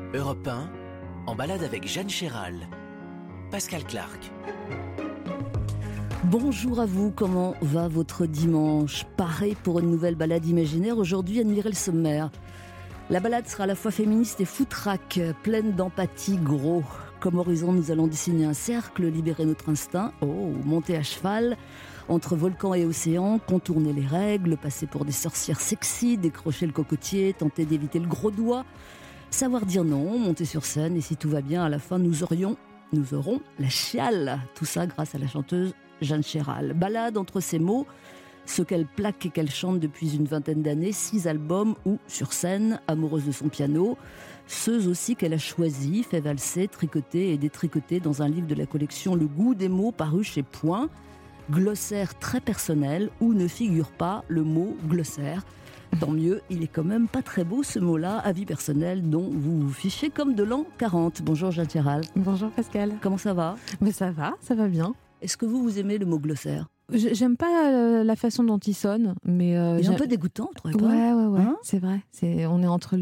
Europe 1, en balade avec Jeanne Chéral. Pascal Clark. Bonjour à vous, comment va votre dimanche? Paré pour une nouvelle balade imaginaire. Aujourd'hui, admirez le sommaire. La balade sera à la fois féministe et foutraque, pleine d'empathie, gros. Comme horizon, nous allons dessiner un cercle, libérer notre instinct, monter à cheval, entre volcan et océan, contourner les règles, passer pour des sorcières sexy, décrocher le cocotier, tenter d'éviter le gros doigt, savoir dire non, monter sur scène, et si tout va bien, à la fin, nous aurons la chiale. Tout ça grâce à la chanteuse Jeanne Chéral. Balade entre ces mots, ce qu'elle plaque et qu'elle chante depuis une vingtaine d'années, 6 albums ou sur scène, amoureuse de son piano, ceux aussi qu'elle a choisis, fait valser, tricoter et détricoter dans un livre de la collection Le goût des mots paru chez Point, glossaire très personnel où ne figure pas le mot glossaire. Tant mieux, il est quand même pas très beau ce mot-là, avis personnel dont vous vous fichez comme de l'an 40. Bonjour Jeanne Chéral. Bonjour Pascal. Comment ça va? Mais ça va bien. Est-ce que vous aimez le mot glossaire? J'aime pas la façon dont il sonne, mais il est un peu dégoûtant, tu trouves pas? Ouais, hein? C'est vrai. On est entre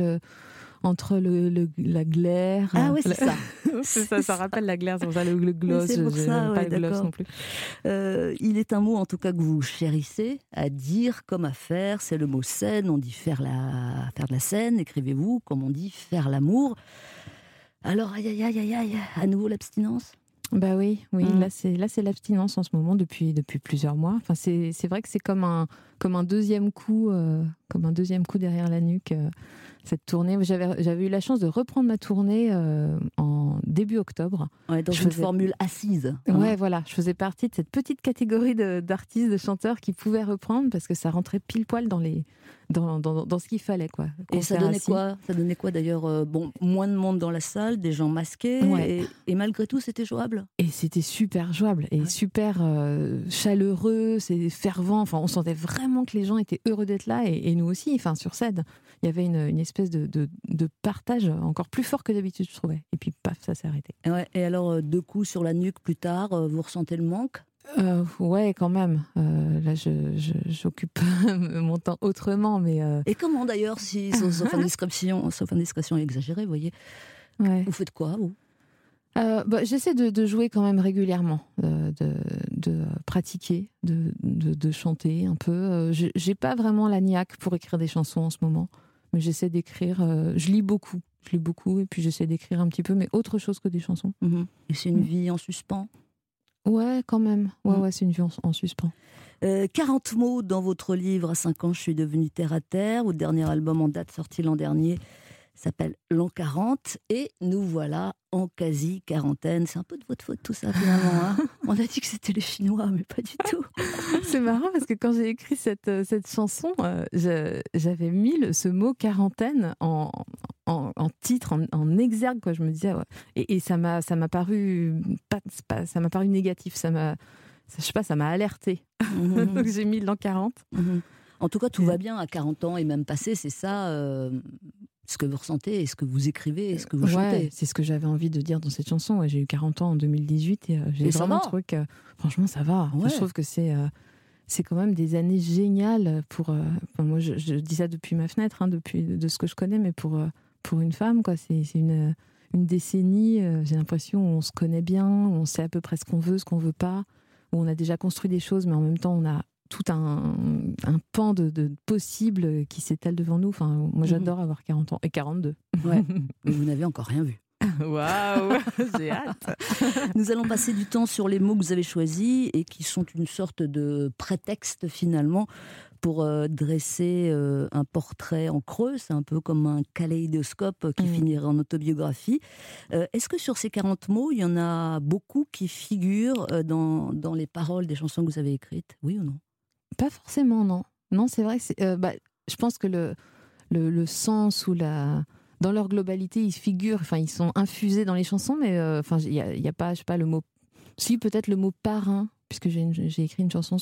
la glaire. Ah oui, c'est ça. ça rappelle la glaire, c'est pour ça le gloss. C'est pour ça, pas le gloss non plus. Il est un mot en tout cas que vous chérissez, à dire comme à faire, c'est le mot scène, on dit faire de la scène, écrivez-vous, comme on dit faire l'amour. Alors, aïe, à nouveau l'abstinence? Bah oui, là c'est l'abstinence en ce moment depuis plusieurs mois. Enfin c'est vrai que c'est comme un deuxième coup derrière la nuque. Cette tournée, j'avais eu la chance de reprendre ma tournée en début octobre. Ouais, dans une formule assise. Ouais, voilà, je faisais partie de cette petite catégorie d'artistes, de chanteurs qui pouvaient reprendre parce que ça rentrait pile poil dans ce qu'il fallait, quoi. Et ça donnait quoi? Ça donnait quoi d'ailleurs? Moins de monde dans la salle, des gens masqués, ouais. et malgré tout c'était jouable. Et c'était super jouable et super chaleureux, c'est fervent. Enfin, on sentait vraiment que les gens étaient heureux d'être là et nous aussi. Enfin, sur scène, il y avait une espèce de partage encore plus fort que d'habitude, je trouvais. Et puis paf, ça s'est arrêté. Ouais, et alors 2 coups sur la nuque plus tard, vous ressentez le manque? Ouais, quand même. Là, j'occupe mon temps autrement, mais. Et comment d'ailleurs, si sauf indiscrétion exagérée, vous voyez, vous faites quoi vous? J'essaie de jouer quand même régulièrement, de pratiquer, de chanter un peu. J'ai pas vraiment la niaque pour écrire des chansons en ce moment, mais j'essaie d'écrire. Je lis beaucoup et puis j'essaie d'écrire un petit peu, mais autre chose que des chansons. Et c'est une vie en suspens? Ouais, quand même. Ouais, c'est une vie en suspens. 40 mots dans votre livre. À 5 ans, je suis devenue terre à terre. Votre dernier album en date, sorti l'an dernier, s'appelle L'an 40. Et nous voilà en quasi-quarantaine. C'est un peu de votre faute tout ça, finalement. Hein. On a dit que c'était les Chinois, mais pas du tout. C'est marrant parce que quand j'ai écrit cette chanson, j'avais mis ce mot quarantaine en titre, en exergue, quoi. Je me disais, ouais. Et ça m'a paru ça m'a paru négatif. Ça m'a alerté. Donc j'ai mis l'an 40. En tout cas, tout va bien à 40 ans et même passé. C'est ça, ce que vous ressentez et ce que vous écrivez et ce que vous chantez. C'est ce que j'avais envie de dire dans cette chanson. Ouais, j'ai eu 40 ans en 2018 et j'ai vraiment un truc. Franchement, ça va. Ouais. Je trouve que c'est quand même des années géniales pour. Moi, je dis ça depuis ma fenêtre, de ce que je connais, mais pour une femme, quoi. C'est une décennie. J'ai l'impression où on se connaît bien, où on sait à peu près ce qu'on veut pas, où on a déjà construit des choses, mais en même temps, on a tout un pan de possibles qui s'étale devant nous. Enfin, moi, j'adore avoir 40 ans et 42. Ouais, mais vous n'avez encore rien vu. Waouh, j'ai hâte. Nous allons passer du temps sur les mots que vous avez choisis et qui sont une sorte de prétexte finalement pour dresser un portrait en creux. C'est un peu comme un kaléidoscope qui finirait en autobiographie. Est-ce que sur ces 40 mots, il y en a beaucoup qui figurent dans les paroles des chansons que vous avez écrites? Oui ou non? Pas forcément, non. Non, c'est vrai que je pense que le sens ou dans leur globalité, ils figurent, enfin, ils sont infusés dans les chansons, mais il y a pas, je sais pas, le mot. Si, peut-être le mot parrain, puisque j'ai écrit une chanson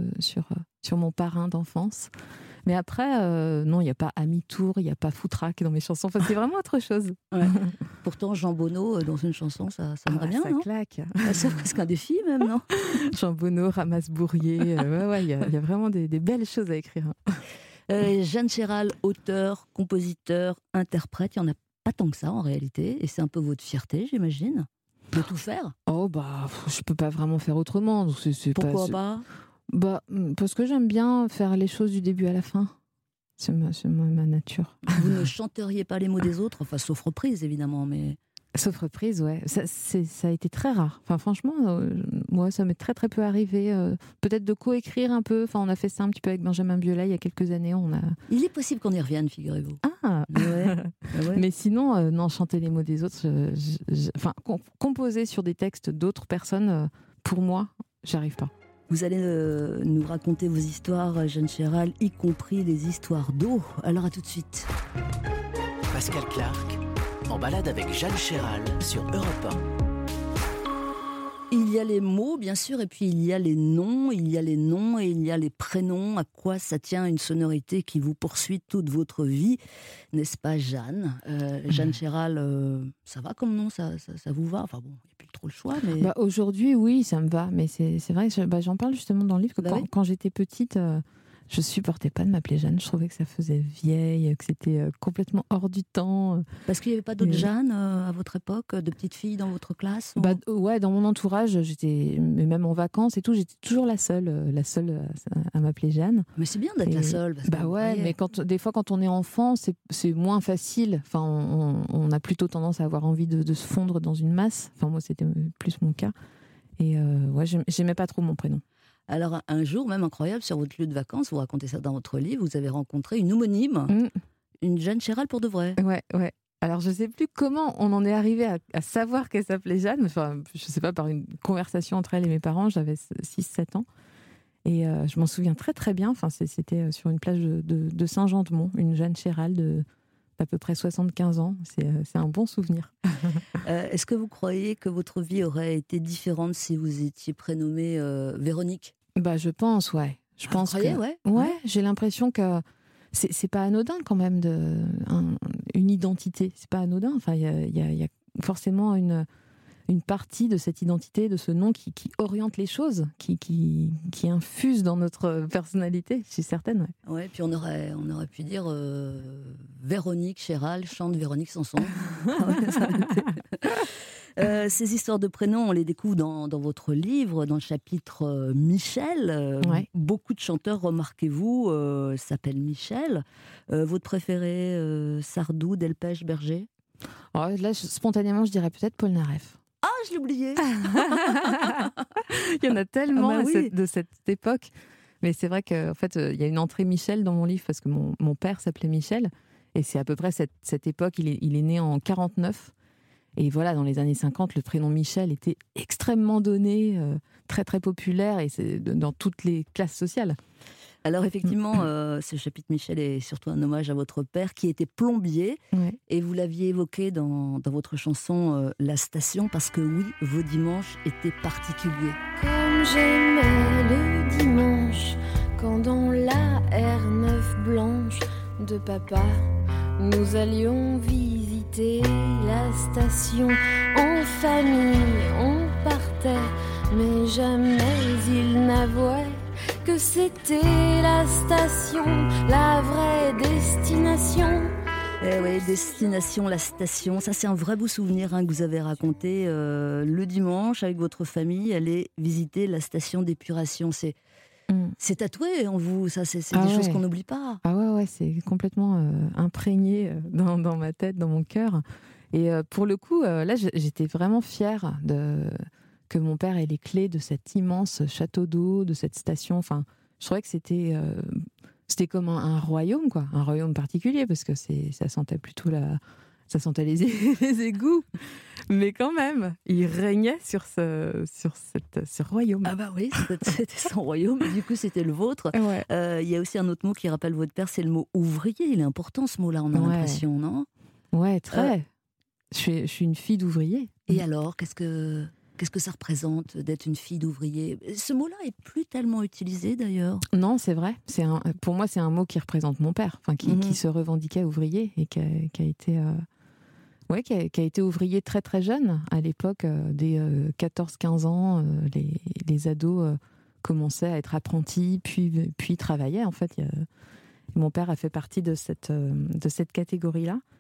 sur mon parrain d'enfance. Mais après, non, il n'y a pas ami-tour, il n'y a pas foutraque dans mes chansons. Enfin, c'est vraiment autre chose. Ouais. Pourtant, Jean Bonneau, dans une chanson, ça sonnerait bien, ça non? claque. C'est presque un défi, même, non? Jean Bonneau, Ramasse Bourrier. Il y a vraiment des belles choses à écrire. Jeanne Chéral, auteur, compositeur, interprète, il y en a pas tant que ça en réalité, et c'est un peu votre fierté, j'imagine, de tout faire. Oh je peux pas vraiment faire autrement. Donc Pourquoi pas? Parce que j'aime bien faire les choses du début à la fin. C'est ma nature. Vous ne chanteriez pas les mots des autres, enfin sauf reprise évidemment, mais... Sauf reprise, ouais. Ça a été très rare. Enfin, franchement, moi, ça m'est très très peu arrivé. Peut-être de coécrire un peu. Enfin, on a fait ça un petit peu avec Benjamin Biolay il y a quelques années. Il est possible qu'on y revienne, figurez-vous. Ah ouais. Mais sinon, non, chanter les mots des autres, enfin, composer sur des textes d'autres personnes, pour moi, j'y arrive pas. Vous allez nous raconter vos histoires, Jeanne Chéral, y compris les histoires d'eau. Alors à tout de suite. Pascal Clark, en balade avec Jeanne Chéral sur Europe 1. Il y a les mots, bien sûr, et puis il y a les noms. Il y a les noms et il y a les prénoms. À quoi ça tient une sonorité qui vous poursuit toute votre vie, n'est-ce pas, Jeanne? Jeanne Chéral, ça va comme nom, ça vous va? Enfin bon, il n'y a plus trop le choix. Mais... aujourd'hui, oui, ça me va. Mais c'est vrai, j'en parle justement dans le livre, que quand j'étais petite... je supportais pas de m'appeler Jeanne. Je trouvais que ça faisait vieille, que c'était complètement hors du temps. Parce qu'il n'y avait pas d'autres Jeanne à votre époque, de petites filles dans votre classe? Ouais, dans mon entourage, même en vacances et tout, j'étais toujours la seule à m'appeler Jeanne. Mais c'est bien d'être la seule. Parce mais des fois, quand on est enfant, c'est moins facile. Enfin, on a plutôt tendance à avoir envie de se fondre dans une masse. Enfin, moi, c'était plus mon cas. Et j'aimais pas trop mon prénom. Alors, un jour, même incroyable, sur votre lieu de vacances, vous racontez ça dans votre livre, vous avez rencontré une homonyme, une Jeanne Chéral pour de vrai. Ouais. Alors, je ne sais plus comment on en est arrivé à savoir qu'elle s'appelait Jeanne. Enfin, je ne sais pas, par une conversation entre elle et mes parents. J'avais 6-7 ans. Et je m'en souviens très, très bien. Enfin, c'était sur une plage de Saint-Jean-de-Mont, une Jeanne Chéral d'à peu près 75 ans. C'est un bon souvenir. Est-ce que vous croyez que votre vie aurait été différente si vous étiez prénommée Véronique? Je pense, ouais. Je pense que... Ouais, j'ai l'impression que c'est pas anodin quand même une identité. C'est pas anodin. Enfin, il y a forcément une partie de cette identité, de ce nom qui oriente les choses, qui infuse dans notre personnalité, je suis certaine. Ouais, puis on aurait pu dire Véronique Chéral chante Véronique Sanson. Ces histoires de prénoms, on les découvre dans votre livre, dans le chapitre Michel. Beaucoup de chanteurs, remarquez-vous, s'appellent Michel. Votre préféré, Sardou, Delpech, Berger? Là, spontanément, je dirais peut-être Paul Naref. Ah, je l'ai oublié. Il y en a tellement de cette époque. Mais c'est vrai qu'en fait, il y a une entrée Michel dans mon livre parce que mon père s'appelait Michel. Et c'est à peu près cette époque. Il est né en 49. Et voilà, dans les années 50, le prénom Michel était extrêmement donné, très très populaire, et c'est dans toutes les classes sociales. Alors effectivement, ce chapitre Michel est surtout un hommage à votre père qui était plombier. Et vous l'aviez évoqué dans votre chanson La Station, parce que oui, vos dimanches étaient particuliers. Comme j'aimais le dimanche, quand dans la R9 blanche de papa, nous allions visiter la station. En famille, on partait, mais jamais il n'avouait que c'était la station, la vraie destination. Eh oui, destination, la station, ça c'est un vrai beau souvenir que vous avez raconté. Le dimanche, avec votre famille, aller visiter la station d'épuration. C'est tatoué en vous, ça, c'est des choses qu'on n'oublie pas. Ah ouais, c'est complètement imprégné dans ma tête, dans mon cœur. Et pour le coup, là, j'étais vraiment fière que mon père ait les clés de cet immense château d'eau, de cette station. Enfin, je trouvais que c'était comme un royaume, quoi, un royaume particulier, parce que ça sentait plutôt ça sentait les égouts, mais quand même, il régnait sur ce royaume. Ah bah oui, c'était son royaume, du coup c'était le vôtre. Ouais. Y a aussi un autre mot qui rappelle votre père, c'est le mot ouvrier. Il est important ce mot-là, on a l'impression, non? Ouais, très. Je suis une fille d'ouvrier. Et alors, qu'est-ce que ça représente d'être une fille d'ouvrier? Ce mot-là est plus tellement utilisé d'ailleurs. Non, c'est vrai. Pour moi, c'est un mot qui représente mon père, enfin qui se revendiquait ouvrier et qui a été ouvrier très très jeune. À l'époque, dès 14-15 ans, les ados commençaient à être apprentis, puis travaillaient. En fait, mon père a fait partie de cette catégorie-là.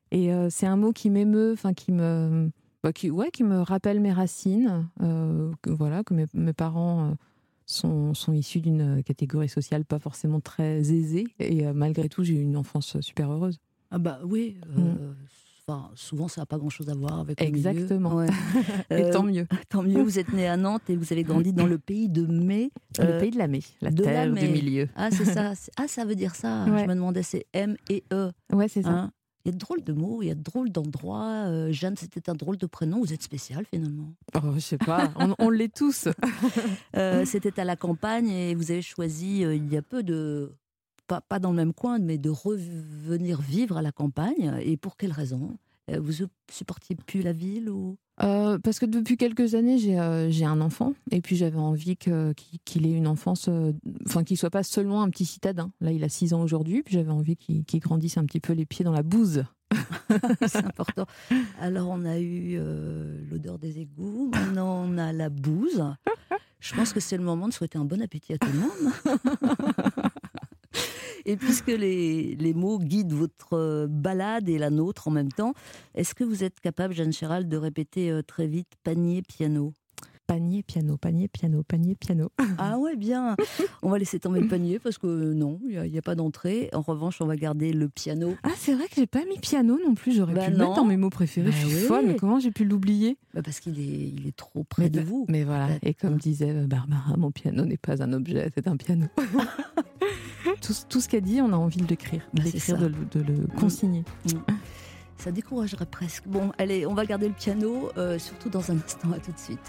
Et c'est un mot qui m'émeut, enfin qui me rappelle mes racines, que mes parents sont issus d'une catégorie sociale pas forcément très aisée, et malgré tout j'ai eu une enfance super heureuse. Ah bah oui, souvent ça n'a pas grand-chose à voir avec le Exactement. milieu. Ouais. Et tant mieux. Tant mieux, vous êtes né à Nantes et vous avez grandi dans le pays de mai. Le pays de la Mai, la terre du milieu. Ah c'est ça, ça veut dire ça, ouais. Je me demandais, c'est M et E. Ouais, c'est ça. Hein, il y a de drôles de mots, il y a de drôles d'endroits. Jeanne, c'était un drôle de prénom. Vous êtes spécial finalement. Oh, je sais pas, on l'est tous. C'était à la campagne et vous avez choisi il y a peu de, pas dans le même coin, mais de revenir vivre à la campagne. Et pour quelle raison ? Vous supportiez plus la ville ou... Parce que depuis quelques années, j'ai un enfant, et puis j'avais envie qu'il ait une enfance, qu'il soit pas seulement un petit citadin. Là, il a 6 ans aujourd'hui, puis j'avais envie qu'il grandisse un petit peu les pieds dans la bouse. C'est important. Alors, on a eu l'odeur des égouts, maintenant on a la bouse. Je pense que c'est le moment de souhaiter un bon appétit à tout le monde. Et puisque les mots guident votre balade et la nôtre en même temps, est-ce que vous êtes capable, Jeanne Chéral, de répéter très vite panier, piano ? Panier, piano, panier, piano, panier, piano. Ah ouais, bien. On va laisser tomber le panier parce que non, il n'y a pas d'entrée. En revanche, on va garder le piano. Ah, c'est vrai que j'ai pas mis piano non plus. J'aurais pu le mettre dans mes mots préférés. Je suis folle, mais comment j'ai pu l'oublier ? Parce qu'il est trop près de vous. Mais voilà, et comme disait Barbara, mon piano n'est pas un objet, c'est un piano. Tout ce qu'elle dit, on a envie de l'écrire, de le consigner. Ça découragerait presque. Bon, allez, on va garder le piano, surtout dans un instant. À tout de suite.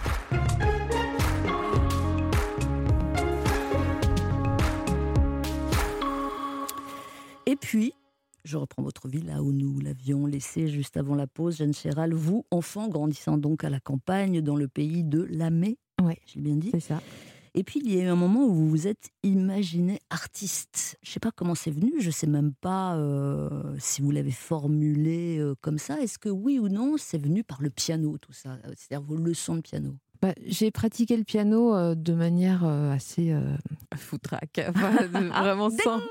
Et puis, je reprends votre vie là où nous l'avions laissée juste avant la pause. Jeanne Chéral, vous, enfant, grandissant donc à la campagne, dans le pays de la Mai. Oui, j'ai bien dit. C'est ça. Et puis, il y a eu un moment où vous vous êtes imaginé artiste. Je ne sais pas comment c'est venu, je ne sais même pas si vous l'avez formulé comme ça. Est-ce que oui ou non, c'est venu par le piano, tout ça ? C'est-à-dire vos leçons de piano ? J'ai pratiqué le piano de manière assez foutraque, vraiment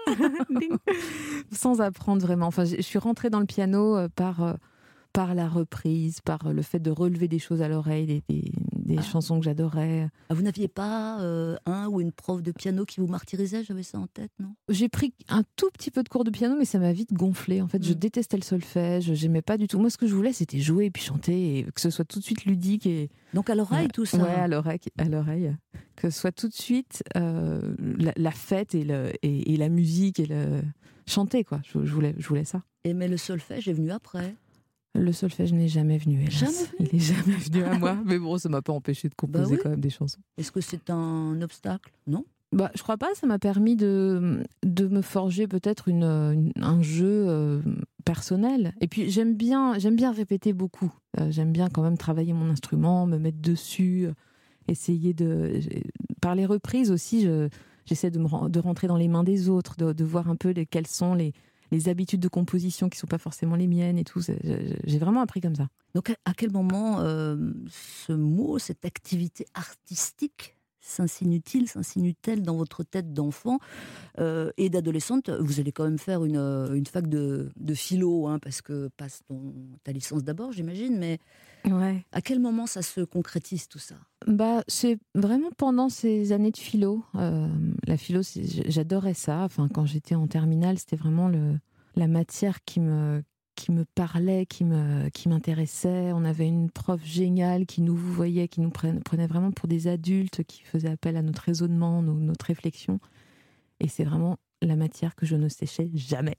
sans apprendre vraiment. Je suis rentrée dans le piano par la reprise, par le fait de relever des choses à l'oreille, des chansons que j'adorais. Vous n'aviez pas un ou une prof de piano qui vous martyrisait ? J'avais ça en tête, non ? J'ai pris un tout petit peu de cours de piano, mais ça m'a vite gonflé. En fait, je détestais le solfège, j'aimais pas du tout. Moi, ce que je voulais, c'était jouer et puis chanter, et que ce soit tout de suite ludique. Donc à l'oreille, tout ça ? Ouais, à l'oreille. Que ce soit tout de suite la fête et la musique et le chanter, quoi. Je voulais ça. Mais le solfège est venu après ? Le solfège n'est jamais venu, hélas. Jamais venu. Il n'est jamais venu à moi. Mais bon, ça ne m'a pas empêché de composer quand même des chansons. Est-ce que c'est un obstacle ? Non ? Je crois pas. Ça m'a permis de me forger peut-être un jeu personnel. Et puis j'aime bien répéter beaucoup. J'aime bien quand même travailler mon instrument, me mettre dessus, essayer de... Par les reprises aussi, j'essaie de rentrer dans les mains des autres, de voir un peu quelles sont les habitudes de composition qui ne sont pas forcément les miennes et tout. J'ai vraiment appris comme ça. Donc à quel moment ce mot, cette activité artistique s'insinue-t-elle dans votre tête d'enfant et d'adolescente ? Vous allez quand même faire une fac de philo, parce que passe ta licence d'abord, j'imagine, mais ouais. À quel moment ça se concrétise tout ça ? C'est vraiment pendant ces années de philo. La philo, j'adorais ça. Quand j'étais en terminale, c'était vraiment la matière qui me parlait, qui m'intéressait. On avait une prof géniale qui nous voyait, qui nous prenait vraiment pour des adultes, qui faisait appel à notre raisonnement, notre réflexion. Et c'est vraiment la matière que je ne séchais jamais.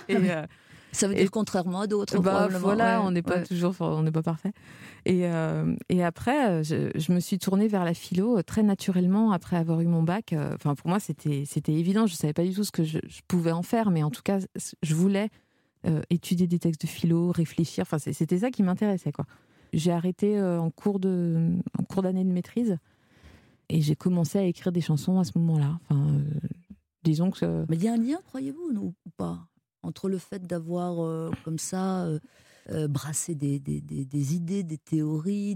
Ça veut dire contrairement à d'autres, probablement. Voilà, on n'est pas toujours, on n'est pas parfait. Et après, je me suis tournée vers la philo très naturellement après avoir eu mon bac. Pour moi, c'était évident. Je savais pas du tout ce que je pouvais en faire, mais en tout cas, je voulais étudier des textes de philo, réfléchir. C'était ça qui m'intéressait, quoi. J'ai arrêté en cours d'année de maîtrise et j'ai commencé à écrire des chansons à ce moment-là. Disons que. Mais il y a un lien, croyez-vous, ou pas, entre le fait d'avoir comme ça brassé des idées, des théories,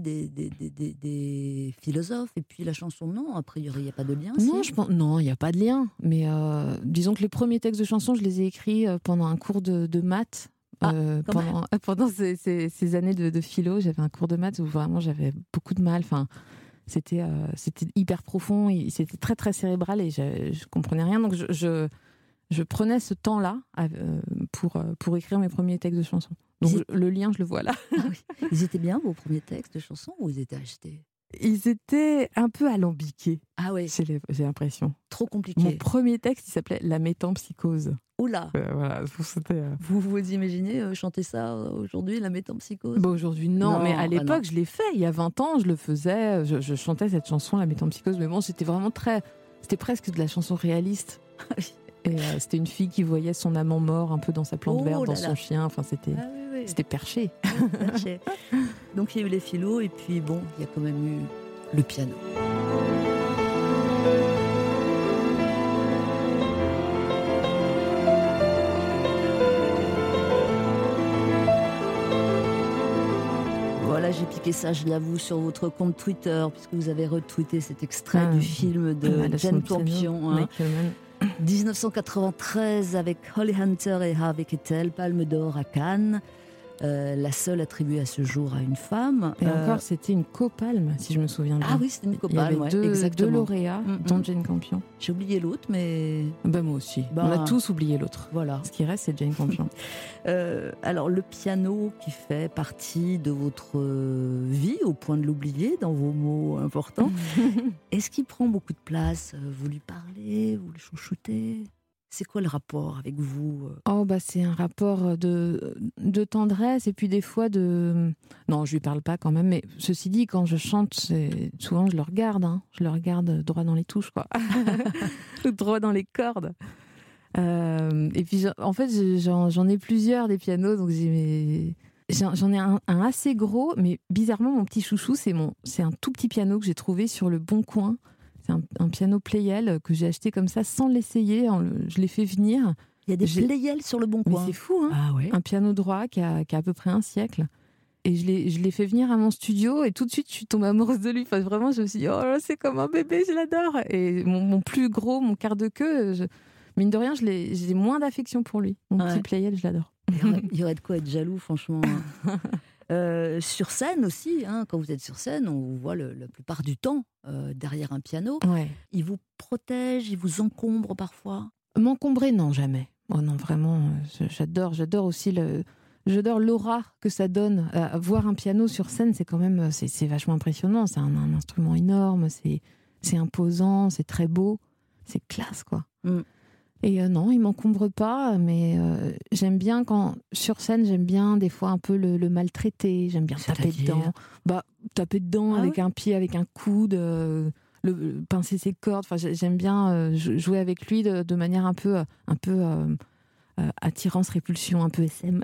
des philosophes, et puis la chanson, non, a priori, il n'y a pas de lien. Non, il n'y a pas de lien. Mais disons que les premiers textes de chansons, je les ai écrits pendant un cours de maths, Pendant ces années de philo, j'avais un cours de maths où vraiment j'avais beaucoup de mal. Enfin, c'était hyper profond, c'était très très cérébral et je comprenais rien. Donc je prenais ce temps-là pour écrire mes premiers textes de chansons. Donc le lien, je le vois là. Ah oui. Ils étaient bien vos premiers textes de chansons ou ils étaient achetés? Ils étaient un peu alambiqués. Ah oui. J'ai l'impression. Trop compliqué. Mon premier texte, il s'appelait La métempsycose. Oula. Voilà, c'était. Vous imaginez chanter ça aujourd'hui, La métempsycose? Bon, aujourd'hui, non, mais à l'époque, je l'ai fait. Il y a 20 ans, je le faisais. Je chantais cette chanson, La métempsycose. Mais bon, c'était vraiment c'était presque de la chanson réaliste. Et c'était une fille qui voyait son amant mort un peu dans sa plante verte, dans son chien. Enfin, c'était perché. Perché. Donc il y a eu les philos et puis bon, il y a quand même eu le piano. Voilà, j'ai piqué ça, je l'avoue, sur votre compte Twitter, puisque vous avez retweeté cet extrait du film de Jane Campion. 1993 avec Holly Hunter et Harvey Keitel, Palme d'Or à Cannes. La seule attribuée à ce jour à une femme. Et encore, c'était une copalme, si je me souviens bien. Ah oui, c'était une copalme, il y avait deux lauréats, dont Jane Campion. J'ai oublié l'autre, mais... Moi aussi. On a tous oublié l'autre. Voilà. Ce qui reste, c'est Jane Campion. Alors, le piano qui fait partie de votre vie, au point de l'oublier, dans vos mots importants, est-ce qu'il prend beaucoup de place? Vous lui parlez, vous le chouchoutez? C'est quoi le rapport avec vous? C'est un rapport de tendresse et puis des fois de... Non, je lui parle pas quand même, mais ceci dit, quand je chante, souvent je le regarde. Je le regarde droit dans les touches, quoi. Droit dans les cordes. Et puis, en fait, j'en ai plusieurs des pianos, donc j'en ai un assez gros, mais bizarrement, mon petit chouchou, c'est un tout petit piano que j'ai trouvé sur le Bon Coin. C'est un piano Pleyel que j'ai acheté comme ça sans l'essayer. Je l'ai fait venir. Il y a des Pleyel sur le Bon Coin. Mais c'est fou, hein. Ah ouais. Un piano droit qui a à peu près un siècle. Et je l'ai fait venir à mon studio et tout de suite, je suis tombée amoureuse de lui. Enfin, vraiment, je me suis dit, oh là, c'est comme un bébé, je l'adore. Et mon plus gros, mon quart de queue, mine de rien, j'ai moins d'affection pour lui. Mon petit Pleyel, je l'adore. Il y aurait de quoi être jaloux, franchement. Sur scène aussi, quand vous êtes sur scène, on vous voit la plupart du temps derrière un piano. Ouais. Il vous protège, il vous encombre parfois? M'encombrer, non, jamais. Oh non, vraiment, j'adore aussi j'adore l'aura que ça donne. Voir un piano sur scène, c'est quand même, c'est vachement impressionnant. C'est un instrument énorme, c'est imposant, c'est très beau, c'est classe, quoi. Et non, il m'encombre pas, mais j'aime bien sur scène, j'aime bien des fois un peu le maltraiter, j'aime bien taper dedans. Taper dedans avec un pied, avec un coude, pincer ses cordes. Enfin, j'aime bien jouer avec lui de manière un peu attirance, répulsion, un peu SM.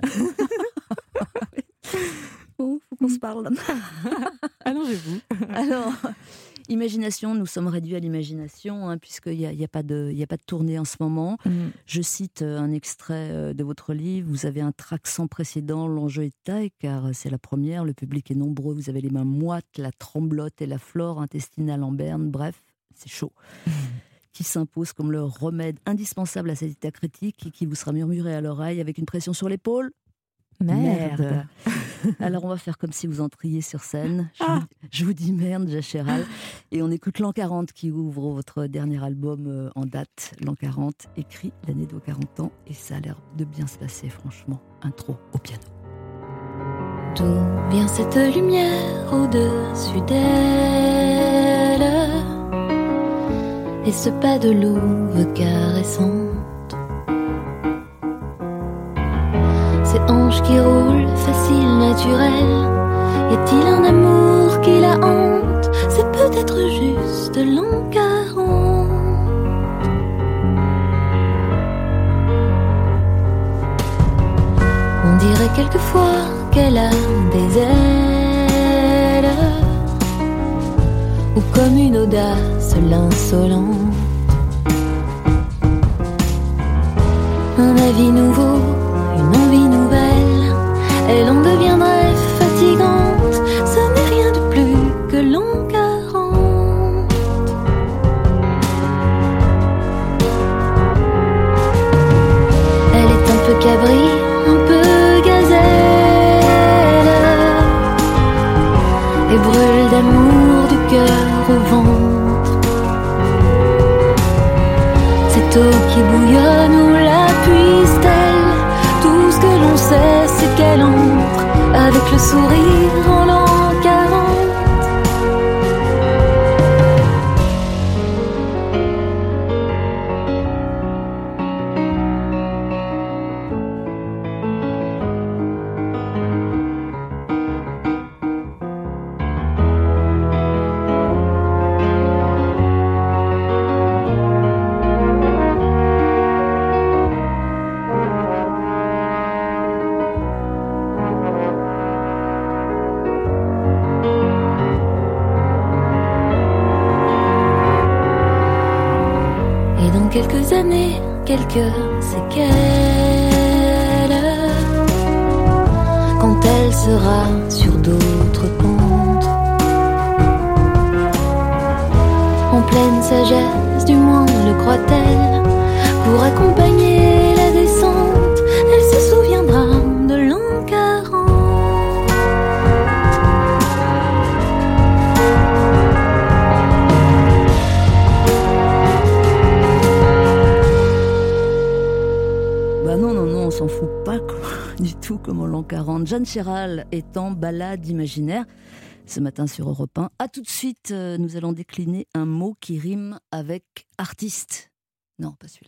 Bon, faut qu'on se parle. Allongez-vous. Alors, imagination, nous sommes réduits à l'imagination, puisqu'il n'y a pas de tournée en ce moment. Je cite un extrait de votre livre. Vous avez un trac sans précédent, l'enjeu est de taille, car c'est la première, le public est nombreux, vous avez les mains moites, la tremblote et la flore intestinale en berne, bref, c'est chaud. Qui s'impose comme le remède indispensable à cet état critique et qui vous sera murmuré à l'oreille avec une pression sur l'épaule. Merde. Alors on va faire comme si vous entriez sur scène. Je vous dis merde, Jachéral. Et on écoute L'An 40 qui ouvre votre dernier album en date. L'An 40, écrit l'année de vos 40 ans. Et ça a l'air de bien se passer, franchement. Intro au piano. D'où vient cette lumière au-dessus d'elle? Et ce pas de louve caressante? Ces hanches qui roulent, facile, naturel. Y a-t-il un amour qui la hante? C'est peut-être juste l'an 40. On dirait quelquefois qu'elle a des ailes, ou comme une audace l'insolente. Un avis nouveau, une envie nouvelle, elle en deviendrait fatigante. Ce n'est rien de plus que l'an 40. Elle est un peu cabri, un peu qui bouillonne ou la puise-t-elle? Tout ce que l'on sait, c'est qu'elle entre avec le sourire en l'an 40. Quelques années, quelques séquelles. Quand elle sera sur d'autres pentes, en pleine sagesse, du moins le croit-elle, pour accompagner la descente, elle se souviendra de l'an 40. On s'en fout pas du tout comme en l'an 40. Jeanne Chéral est en balade imaginaire ce matin sur Europe 1. A tout de suite, nous allons décliner un mot qui rime avec artiste. Non, pas celui-là.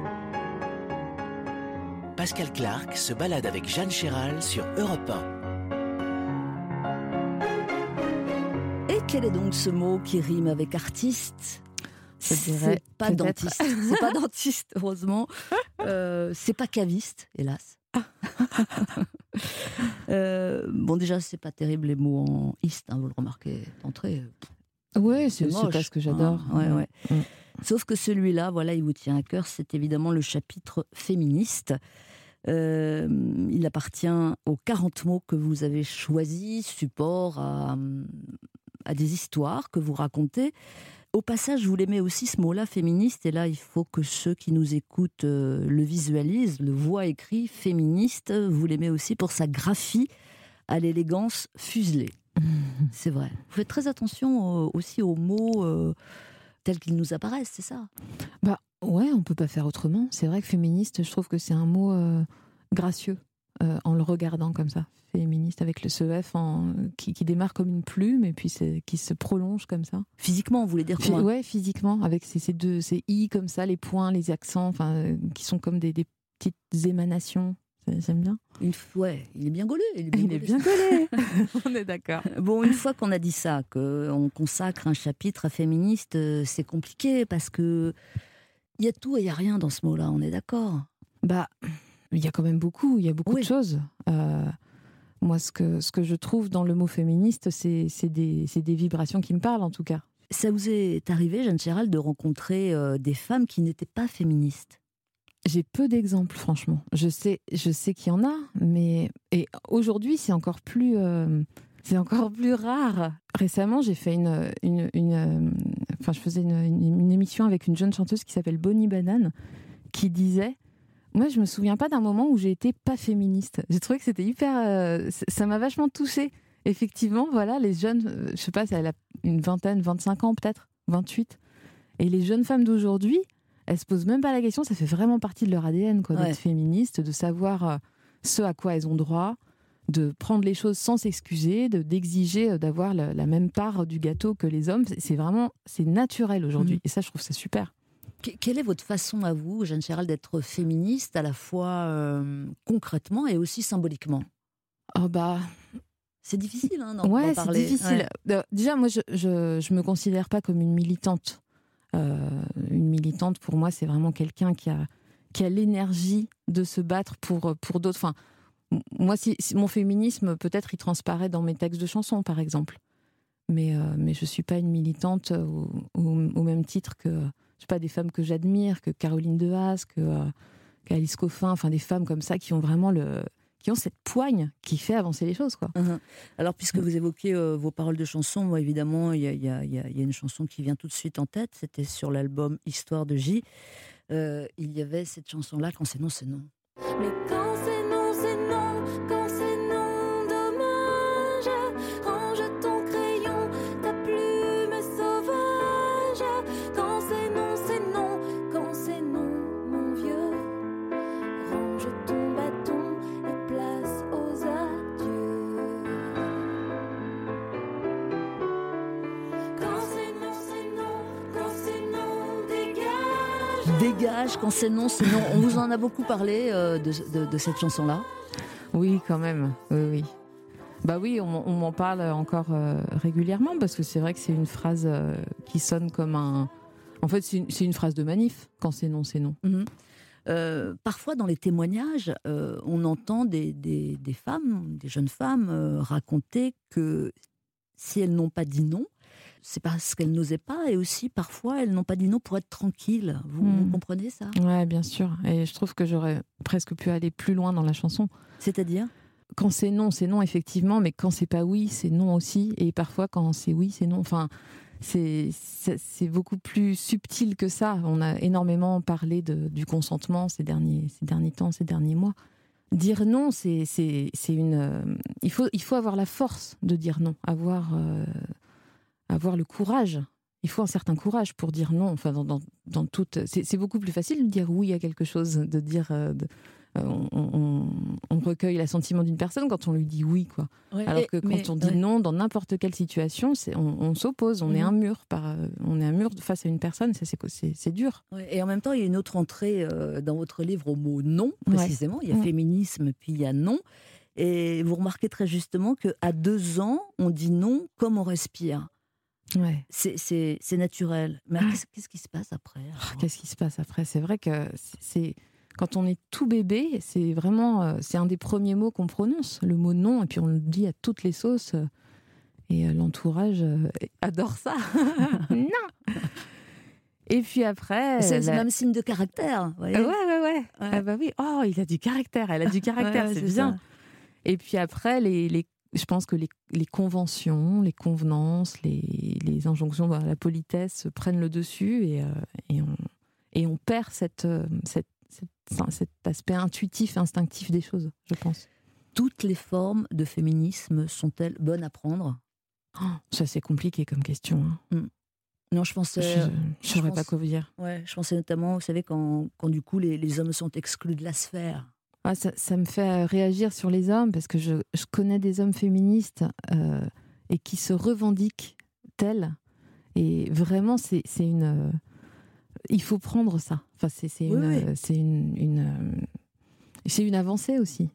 Pascal Clark se balade avec Jeanne Chéral sur Europe 1. Et quel est donc ce mot qui rime avec artiste ? C'est pas dentiste. C'est pas dentiste, heureusement. C'est pas caviste, hélas. Bon, déjà, c'est pas terrible les mots en iste, hein, vous le remarquez d'entrée. Oui, c'est pas ce que j'adore. Hein, ouais. Sauf que celui-là, voilà, il vous tient à cœur, c'est évidemment le chapitre féministe. Il appartient aux 40 mots que vous avez choisis, support à des histoires que vous racontez. Au passage, vous l'aimez aussi ce mot-là, féministe, et là, il faut que ceux qui nous écoutent le visualisent, le voient écrit, féministe. Vous l'aimez aussi pour sa graphie à l'élégance fuselée. C'est vrai. Vous faites très attention aussi aux mots tels qu'ils nous apparaissent, c'est ça ? Bah ouais, on peut pas faire autrement. C'est vrai que féministe, je trouve que c'est un mot gracieux en le regardant comme ça. Féministe avec le CEF qui démarre comme une plume et puis qui se prolonge comme ça. Physiquement, vous voulez dire quoi ? Ouais, physiquement, avec ces i comme ça, les points, les accents, qui sont comme des petites émanations. J'aime bien. Ouais, il est bien gaulé. Il est bien gaulé. On est d'accord. Bon, une fois qu'on a dit ça, qu'on consacre un chapitre à féministe, c'est compliqué parce que il y a tout et il y a rien dans ce mot-là. On est d'accord ? Bah, il y a quand même beaucoup. Il y a beaucoup de choses. Moi, ce que je trouve dans le mot féministe, c'est des vibrations qui me parlent, en tout cas. Ça vous est arrivé, Jeanne Chéral, de rencontrer des femmes qui n'étaient pas féministes ? J'ai peu d'exemples, franchement. Je sais qu'il y en a, mais et aujourd'hui, c'est encore plus rare. Récemment, j'ai fait je faisais une émission avec une jeune chanteuse qui s'appelle Bonnie Banane, qui disait. Moi, je me souviens pas d'un moment où j'ai été pas féministe. J'ai trouvé que c'était hyper... ça m'a vachement touchée. Effectivement, voilà, les jeunes... je sais pas, elle a une vingtaine, 25 ans peut-être, 28. Et les jeunes femmes d'aujourd'hui, elles se posent même pas la question. Ça fait vraiment partie de leur ADN, quoi, d'être féministe, de savoir ce à quoi elles ont droit, de prendre les choses sans s'excuser, d'exiger d'avoir la même part du gâteau que les hommes. C'est naturel aujourd'hui. Et ça, je trouve ça super. Quelle est votre façon à vous, Jeanne Chéral, d'être féministe à la fois concrètement et aussi symboliquement ? C'est difficile d'en parler. C'est difficile. Ouais. Déjà, moi, je me considère pas comme une militante. Une militante, pour moi, c'est vraiment quelqu'un qui a l'énergie de se battre pour d'autres. Enfin, moi, si mon féminisme, peut-être, il transparaît dans mes textes de chansons, par exemple. Mais je suis pas une militante au même titre que... Je sais pas, des femmes que j'admire, que Caroline Dehaze, qu'Alice Coffin, enfin des femmes comme ça qui ont vraiment qui ont cette poigne qui fait avancer les choses, quoi. Alors, puisque vous évoquez vos paroles de chansons, moi évidemment, il y a une chanson qui vient tout de suite en tête. C'était sur l'album Histoire de J. Il y avait cette chanson-là, Quand c'est non, c'est non. Mais quand c'est non, c'est non. Quand c'est non, dommage. Range ton crayon, ta plume sauvage. Quand c'est non, c'est non. Quand c'est non, mon dégage, quand c'est non, c'est non. On vous en a beaucoup parlé de cette chanson-là. Oui, quand même. Oui. Bah oui, on m'en parle encore régulièrement parce que c'est vrai que c'est une phrase qui sonne comme un... En fait, c'est une phrase de manif. Quand c'est non, c'est non. Parfois, dans les témoignages, on entend des femmes, des jeunes femmes, raconter que si elles n'ont pas dit non, c'est parce qu'elles n'osaient pas, et aussi parfois elles n'ont pas dit non pour être tranquilles. Vous comprenez ça ? Ouais, bien sûr. Et je trouve que j'aurais presque pu aller plus loin dans la chanson. C'est-à-dire ? Quand c'est non effectivement, mais quand c'est pas oui, c'est non aussi. Et parfois quand c'est oui, c'est non. Enfin, c'est beaucoup plus subtil que ça. On a énormément parlé du consentement ces derniers temps, ces derniers mois. Dire non, c'est une... Il faut avoir la force de dire non, avoir le courage. Il faut un certain courage pour dire non. Enfin, dans toute... C'est beaucoup plus facile de dire oui à quelque chose, de dire... on recueille l'assentiment d'une personne quand on lui dit oui, quoi. Ouais, alors que quand on dit non dans n'importe quelle situation, on s'oppose, on est un mur face à une personne, c'est dur. Ouais, et en même temps, il y a une autre entrée dans votre livre au mot non, précisément. Il y a féminisme, puis il y a non. Et vous remarquez très justement qu'à 2 ans, on dit non comme on respire. Ouais. C'est naturel. Mais qu'est-ce qui se passe après ? Qu'est-ce qui se passe après ? C'est vrai que c'est... Quand on est tout bébé, c'est vraiment c'est un des premiers mots qu'on prononce, le mot non, et puis on le dit à toutes les sauces. Et l'entourage adore ça. Non. Et puis après, c'est même signe de caractère. Vous voyez ? Ouais. Ah bah oui. Oh, il a du caractère. Elle a du caractère. C'est bien. Ça. Et puis après, je pense que les conventions, les convenances, les injonctions à la politesse prennent le dessus et on perd cet aspect intuitif, instinctif des choses, je pense. Toutes les formes de féminisme sont-elles bonnes à prendre ? Ça, c'est compliqué comme question. Hein. Non, je pensais... Je saurais pas quoi vous dire. Ouais, je pensais notamment, vous savez, quand du coup, les hommes sont exclus de la sphère. Ah, ça me fait réagir sur les hommes, parce que je connais des hommes féministes et qui se revendiquent tels. Et vraiment, c'est une... il faut prendre ça. Enfin, c'est une avancée aussi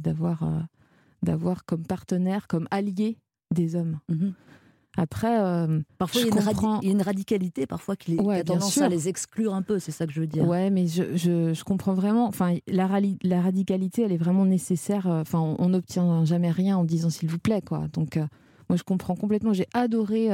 d'avoir comme partenaire, comme allié des hommes. Mm-hmm. Après, parfois il y a une radicalité parfois qui a tendance à les exclure un peu. C'est ça que je veux dire. Ouais, mais je comprends vraiment. Enfin, la radicalité, elle est vraiment nécessaire. Enfin, on n'obtient jamais rien en disant s'il vous plaît, quoi. Donc, moi, je comprends complètement. J'ai adoré.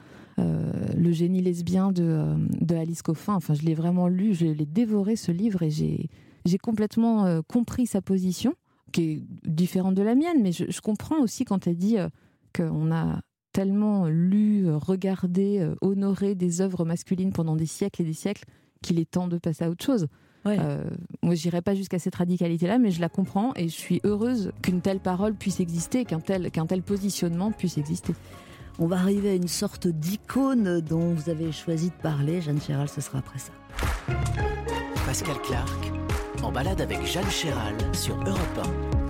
Le génie lesbien de Alice Coffin. Enfin, je l'ai vraiment lu, je l'ai dévoré ce livre et j'ai complètement compris sa position, qui est différente de la mienne, mais je comprends aussi quand elle dit qu'on a tellement lu, regardé, honoré des œuvres masculines pendant des siècles et des siècles qu'il est temps de passer à autre chose. Ouais. Moi, j'irai pas jusqu'à cette radicalité-là, mais je la comprends et je suis heureuse qu'une telle parole puisse exister, qu'un tel positionnement puisse exister. On va arriver à une sorte d'icône dont vous avez choisi de parler. Jeanne Chéral, ce sera après ça. Pascal Clark, en balade avec Jeanne Chéral sur Europe 1.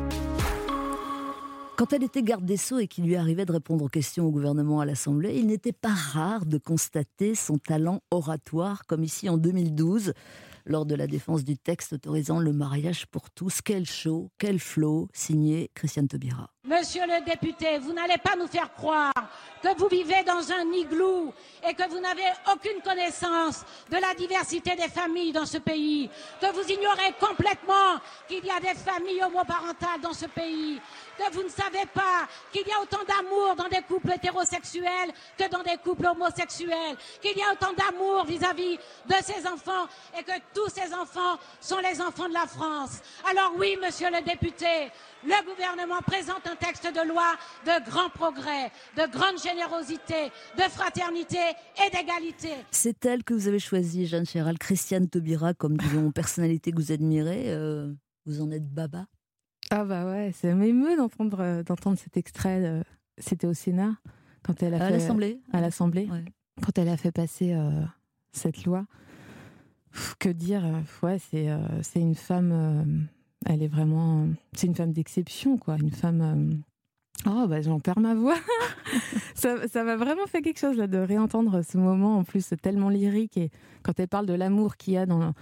Quand elle était garde des Sceaux et qu'il lui arrivait de répondre aux questions au gouvernement à l'Assemblée, il n'était pas rare de constater son talent oratoire, comme ici en 2012, lors de la défense du texte autorisant le mariage pour tous. Quel show, quel flow, signé Christiane Taubira. Monsieur le député, vous n'allez pas nous faire croire que vous vivez dans un igloo et que vous n'avez aucune connaissance de la diversité des familles dans ce pays, que vous ignorez complètement qu'il y a des familles homoparentales dans ce pays, que vous ne savez pas qu'il y a autant d'amour dans des couples hétérosexuels que dans des couples homosexuels, qu'il y a autant d'amour vis-à-vis de ces enfants et que tous ces enfants sont les enfants de la France. Alors oui, monsieur le député, le gouvernement présente un texte de loi de grand progrès, de grande générosité, de fraternité et d'égalité. C'est elle que vous avez choisie, Jeanne Chéral, Christiane Taubira, comme disons personnalité que vous admirez. Vous en êtes baba ? Ah bah ouais, ça m'émeut d'entendre cet extrait. C'était au Sénat, quand elle a fait... À l'Assemblée. Ouais. Quand elle a fait passer cette loi. Que dire ? Ouais, c'est une femme... elle est vraiment... C'est une femme d'exception, quoi. Une femme... Oh, bah j'en perds ma voix. ça m'a vraiment fait quelque chose, là, de réentendre ce moment, en plus, tellement lyrique. Et quand elle parle de l'amour qu'il y a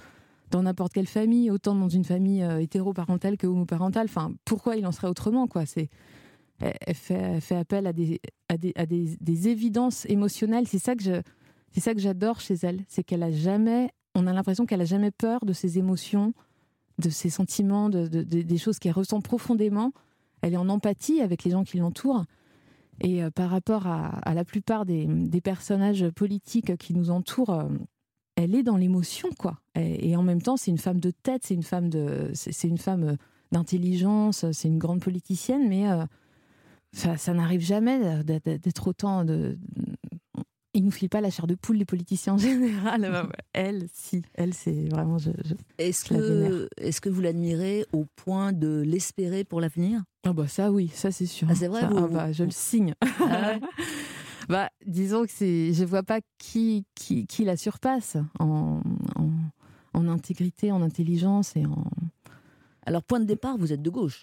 dans n'importe quelle famille, autant dans une famille hétéroparentale que homoparentale. Enfin, pourquoi il en serait autrement, quoi? Elle fait appel à des évidences émotionnelles. C'est ça que j'adore chez elle. C'est on a l'impression qu'elle a jamais peur de ses émotions, de ses sentiments, des choses qu'elle ressent profondément. Elle est en empathie avec les gens qui l'entourent. Et par rapport à la plupart des personnages politiques qui nous entourent, elle est dans l'émotion, quoi. Et en même temps, c'est une femme de tête, c'est une femme d'intelligence, c'est une grande politicienne, mais ça n'arrive jamais d'être autant de... Ils nous filent pas la chair de poule, les politiciens en général. Elle, c'est vraiment... Est-ce que vous l'admirez au point de l'espérer pour l'avenir? Ah bah ça oui, ça c'est sûr. Ah, c'est vrai, je le signe. Ah ouais. Disons que je vois pas qui la surpasse en intégrité, en intelligence et en... Alors, point de départ, vous êtes de gauche?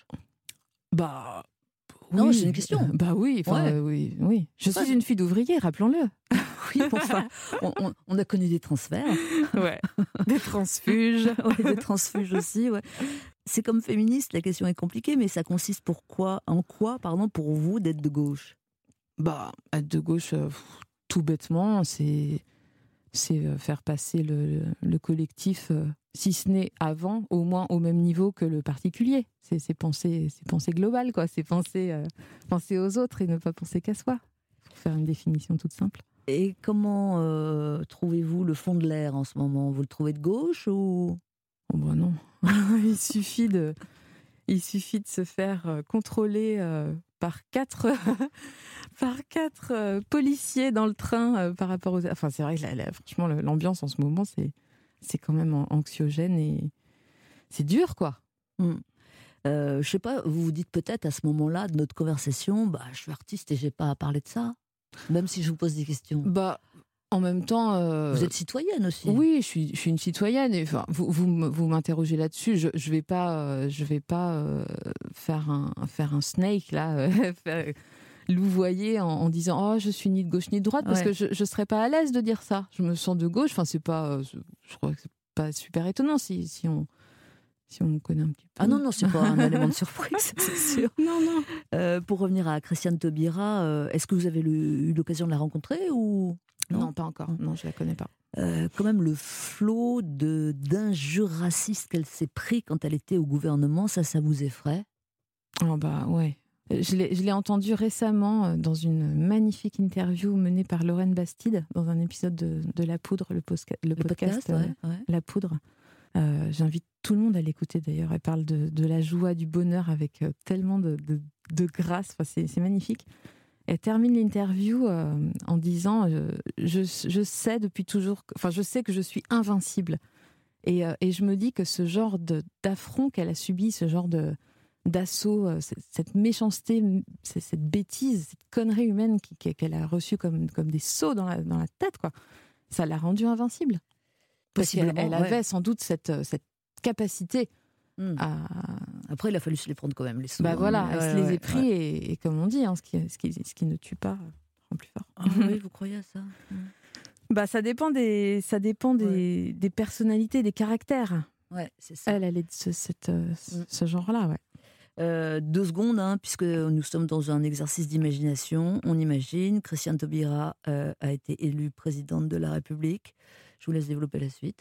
Non, oui, c'est une question. Oui. Je suis une fille d'ouvrier, rappelons-le. Oui, enfin, on a connu des transferts. Ouais. Des transfuges. Des transfuges aussi, ouais. C'est comme féministe, la question est compliquée, mais ça consiste en quoi, pour vous, d'être de gauche? Être de gauche, tout bêtement, c'est faire passer le collectif, si ce n'est avant, au moins au même niveau que le particulier. C'est penser global, quoi. C'est penser aux autres et ne pas penser qu'à soi. Pour faire une définition toute simple. Et comment trouvez-vous le fond de l'air en ce moment? Vous le trouvez de gauche ou... Non. Il suffit de se faire contrôler par quatre policiers dans le train par rapport aux... Enfin, c'est vrai que franchement, l'ambiance en ce moment, c'est quand même anxiogène et c'est dur, quoi. Je sais pas, vous vous dites peut-être à ce moment-là de notre conversation, je suis artiste et j'ai pas à parler de ça, même si je vous pose des questions. En même temps... Vous êtes citoyenne aussi. Oui, je suis une citoyenne. Et, vous m'interrogez là-dessus. Je vais pas faire un snake, là, louvoyer en disant « Oh, je suis ni de gauche ni de droite », parce que je serais pas à l'aise de dire ça. Je me sens de gauche. Enfin, c'est pas... je crois que c'est pas super étonnant si on me connaît un petit peu. Ah non, c'est pas un élément de surprise, c'est sûr. Non. Pour revenir à Christiane Taubira, est-ce que vous avez eu l'occasion de la rencontrer ou... Non, pas encore. Non, je la connais pas. Quand même, le flot d'injures racistes qu'elle s'est pris quand elle était au gouvernement, ça vous effraie? Ouais. Je l'ai entendu récemment dans une magnifique interview menée par Lorraine Bastide dans un épisode de La Poudre, le podcast ouais. La Poudre. J'invite tout le monde à l'écouter d'ailleurs. Elle parle de la joie, du bonheur avec tellement de grâce. Enfin, c'est magnifique. Elle termine l'interview en disant je sais depuis toujours, je sais que je suis invincible. Et je me dis que ce genre d'affront qu'elle a subi, ce genre d'assaut, cette méchanceté, cette bêtise, cette connerie humaine qu'elle a reçue comme des sauts dans la tête, quoi, ça l'a rendue invincible. Parce qu'elle avait sans doute cette capacité à... Après, il a fallu se les prendre quand même, les sauts. Elle se les est pris et comme on dit, ce qui ne tue pas rend plus fort. Ah oui, vous croyez à ça? Ça dépend des personnalités, des caractères. Ouais, c'est ça. Elle est de ce genre-là, ouais. 2 secondes, puisque nous sommes dans un exercice d'imagination. On imagine, Christiane Taubira a été élue présidente de la République. Je vous laisse développer la suite.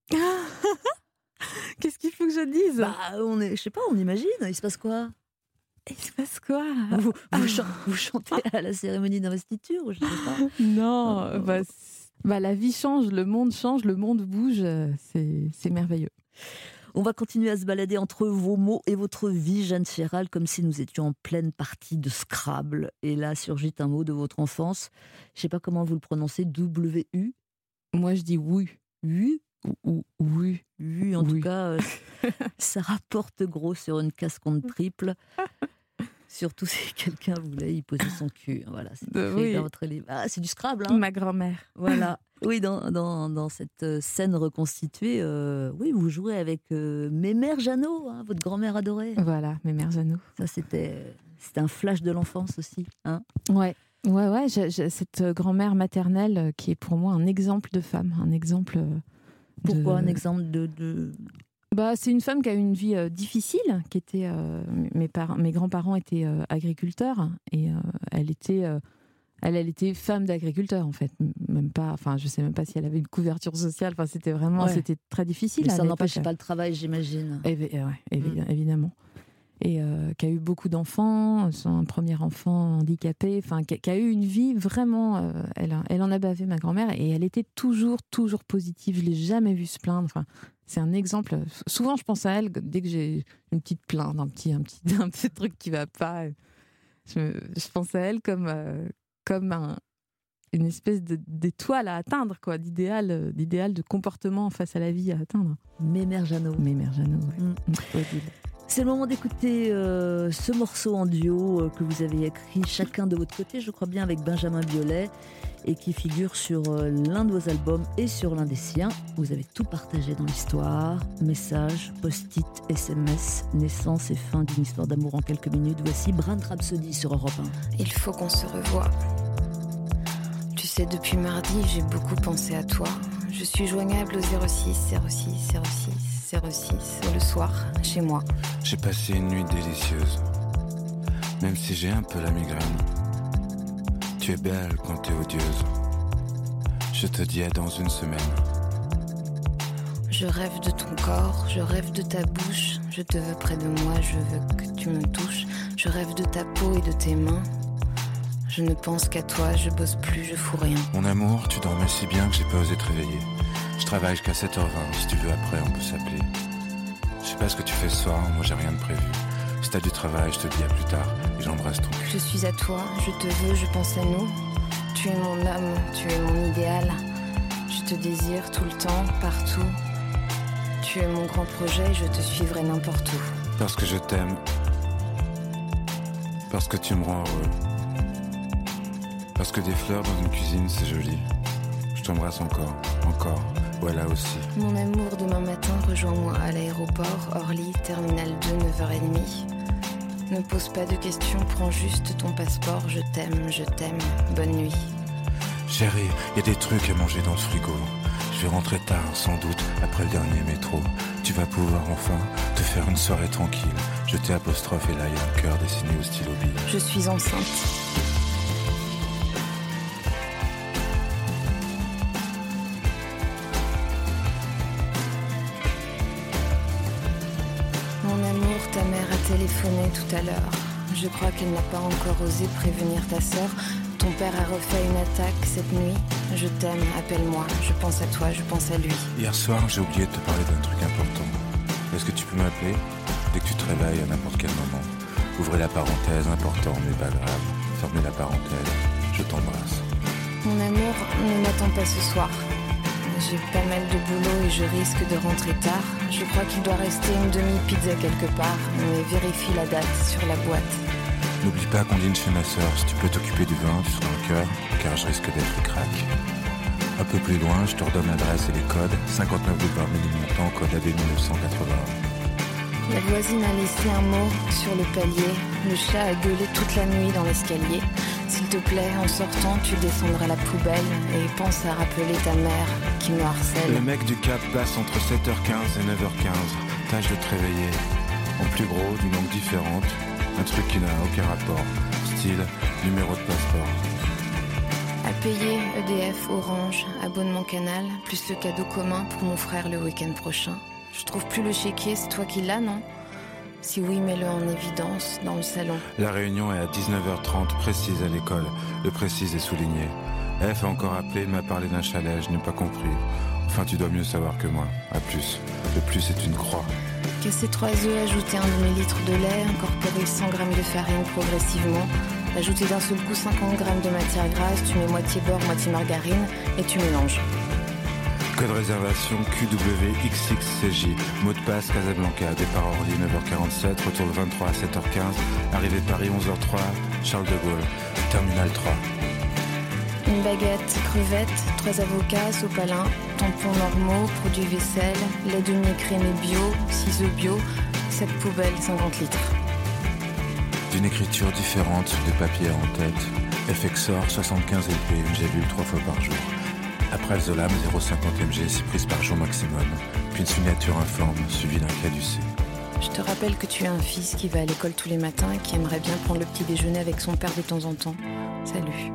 Qu'est-ce qu'il faut que je dise? Je sais pas, on imagine. Il se passe quoi? Il se passe quoi? Vous chantez à la cérémonie d'investiture, je sais pas. Non, la vie change, le monde bouge, c'est merveilleux. On va continuer à se balader entre vos mots et votre vie, Jeanne Chéral, comme si nous étions en pleine partie de Scrabble. Et là surgit un mot de votre enfance. Je sais pas comment vous le prononcez, W-U. Moi, je dis oui. Oui ou oui. Oui, en tout cas, ça rapporte gros sur une casse contre triple. Surtout si quelqu'un voulait y poser son cul. Voilà, c'est écrit dans votre livre. Ah, c'est du Scrabble, hein. Ma grand-mère. Voilà. Oui, dans cette scène reconstituée, vous jouez avec Mémère Jeannot, votre grand-mère adorée. Voilà, Mémère Jeannot. Ça, c'était un flash de l'enfance aussi, hein. Ouais. J'ai cette grand-mère maternelle qui est pour moi un exemple de femme, un exemple Pourquoi un exemple de... C'est une femme qui a eu une vie difficile, qui était mes grands-parents étaient agriculteurs et elle était femme d'agriculteur en fait, même pas. Enfin, je sais même pas si elle avait une couverture sociale. Enfin, c'était très difficile. Mais ça n'empêchait pas le travail, j'imagine. Évidemment. Et qui a eu beaucoup d'enfants, son premier enfant handicapé, enfin, qui a eu une vie vraiment. Elle en a bavé, ma grand-mère, et elle était toujours positive. Je l'ai jamais vue se plaindre. Enfin, c'est un exemple. Souvent, je pense à elle dès que j'ai une petite plainte, un petit truc qui va pas. Je pense à elle comme une espèce d'étoile à atteindre, quoi, d'idéal de comportement face à la vie à atteindre. Mémère Jeannot. Ouais. C'est le moment d'écouter ce morceau en duo que vous avez écrit chacun de votre côté, je crois bien avec Benjamin Biolay, et qui figure sur l'un de vos albums et sur l'un des siens. Vous avez tout partagé dans l'histoire, messages, post-it, SMS, naissance et fin d'une histoire d'amour en quelques minutes. Voici Brand Rhapsody sur Europe 1. Il faut qu'on se revoie. Tu sais, depuis mardi, j'ai beaucoup pensé à toi. Je suis joignable au 06 le soir, chez moi. J'ai passé une nuit délicieuse, même si j'ai un peu la migraine. Tu es belle quand t'es odieuse. Je te dis à dans une semaine. Je rêve de ton corps, je rêve de ta bouche. Je te veux près de moi, je veux que tu me touches. Je rêve de ta peau et de tes mains. Je ne pense qu'à toi, je bosse plus, je fous rien. Mon amour, tu dormais si bien que j'ai pas osé te réveiller. Je travaille jusqu'à 7h20, si tu veux après on peut s'appeler. Je sais pas ce que tu fais ce soir, moi j'ai rien de prévu. Si t'as du travail, je te dis à plus tard, et j'embrasse ton cul. Je suis à toi, je te veux, je pense à nous. Tu es mon homme, tu es mon idéal. Je te désire tout le temps, partout. Tu es mon grand projet, je te suivrai n'importe où. Parce que je t'aime. Parce que tu me rends heureux. Parce que des fleurs dans une cuisine, c'est joli. Je t'embrasse encore. Voilà aussi. Mon amour, demain matin, rejoins-moi à l'aéroport, Orly, terminal 2, 9h30. Ne pose pas de questions, prends juste ton passeport. Je t'aime, bonne nuit. Chérie, y a des trucs à manger dans le frigo. Je vais rentrer tard, sans doute, après le dernier métro. Tu vas pouvoir enfin te faire une soirée tranquille. Je t'ai apostrophe et là y a un cœur dessiné au stylo bille. Je suis enceinte. Téléphoné tout à l'heure. Je crois qu'elle n'a pas encore osé prévenir ta sœur. Ton père a refait une attaque cette nuit. Je t'aime, appelle-moi. Je pense à toi, je pense à lui. Hier soir, j'ai oublié de te parler d'un truc important. Est-ce que tu peux m'appeler dès que tu te réveilles à n'importe quel moment? Ouvrez la parenthèse, important mais pas grave. Fermez la parenthèse, je t'embrasse. Mon amour, ne m'attends pas ce soir. J'ai pas mal de boulot et je risque de rentrer tard. Je crois qu'il doit rester une demi-pizza quelque part, mais vérifie la date sur la boîte. N'oublie pas qu'on dîne chez ma sœur. Si tu peux t'occuper du vin, tu seras un cœur, car je risque d'être crack. Un peu plus loin, je te redonne l'adresse et les codes. 59 boulevard Ménilmontant, code AB 1981. La voisine a laissé un mot sur le palier. Le chat a gueulé toute la nuit dans l'escalier. S'il te plaît, en sortant, tu descendras la poubelle et pense à rappeler ta mère qui me harcèle. Le mec du Cap passe entre 7h15 et 9h15. Tâche de te réveiller. En plus gros, d'une langue différente. Un truc qui n'a aucun rapport. Style, numéro de passeport. À payer, EDF, Orange, abonnement Canal, plus le cadeau commun pour mon frère le week-end prochain. Je trouve plus le chéquier, c'est toi qui l'as, non ? Si oui, mets-le en évidence dans le salon. La réunion est à 19h30, précise à l'école. Le précise est souligné. F a encore appelé, il m'a parlé d'un chalet, je n'ai pas compris. Enfin, tu dois mieux savoir que moi. À plus. Le plus est une croix. Casser 3 œufs, ajouter 1 demi-litre de lait, incorporer 100 g de farine progressivement, ajouter d'un seul coup 50 g de matière grasse, tu mets moitié beurre, moitié margarine et tu mélanges. Code réservation QWXXCJ. Mot de passe Casablanca. Départ Orly 9h47. Retour le 23 à 7h15. Arrivée Paris 11h03. Charles de Gaulle. Terminal 3. Une baguette, crevettes, 3 avocats, sopalin, tampons normaux, produits vaisselle, lait demi-écrémé bio, ciseaux bio, sac poubelle 50 litres. D'une écriture différente, de papier en tête. FXOR 75 LP, une gélule 3 fois par jour. Après le Zolam 0,50 mg, 6 prises par jour maximum. Puis une signature informe, suivie d'un caducé. Je te rappelle que tu as un fils qui va à l'école tous les matins et qui aimerait bien prendre le petit déjeuner avec son père de temps en temps. Salut.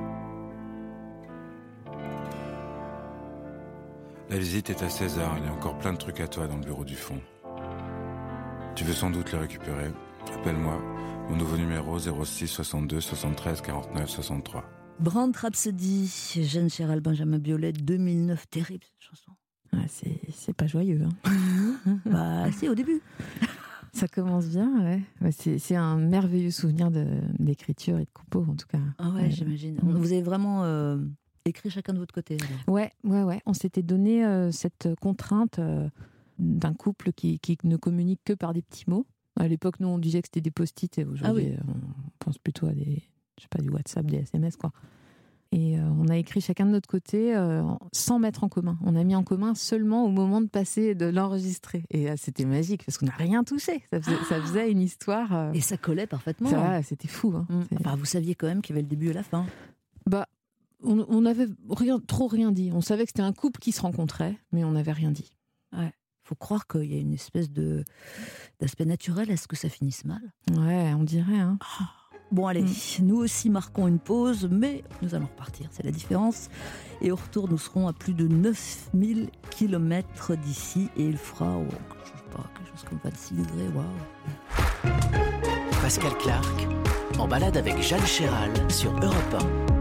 La visite est à 16h, il y a encore plein de trucs à toi dans le bureau du fond. Tu veux sans doute le récupérer. Appelle-moi. Mon nouveau numéro 06 62 73 49 63. Brand Rhapsody, Jeanne Chéral, Benjamin Biolay, 2009, terrible cette chanson. Ouais, c'est pas joyeux. Hein. Bah, si, au début. Ça commence bien, ouais. C'est un merveilleux souvenir d'écriture et de compo, en tout cas. Ah ouais, j'imagine. Vous avez vraiment écrit chacun de votre côté alors. Ouais. On s'était donné cette contrainte d'un couple qui ne communique que par des petits mots. À l'époque, nous, on disait que c'était des post-it, et aujourd'hui, on pense plutôt à du WhatsApp, des SMS, quoi. Et on a écrit chacun de notre côté sans mettre en commun. On a mis en commun seulement au moment de l'enregistrer. Et c'était magique, parce qu'on n'a rien touché. Ça faisait une histoire... Et ça collait parfaitement. C'était fou. Hein. Enfin, vous saviez quand même qu'il y avait le début et la fin. Bah, on n'avait rien dit. On savait que c'était un couple qui se rencontrait, mais on n'avait rien dit. Ouais. Faut croire qu'il y a une espèce d'aspect naturel à ce que ça finisse mal. Ouais, on dirait. Hein. Bon allez, nous aussi marquons une pause, mais nous allons repartir, c'est la différence. Et au retour, nous serons à plus de 9000 km d'ici et il fera, quelque chose comme 26 degrés, waouh. Pascal Clark, en balade avec Jeanne Chéral sur Europe 1.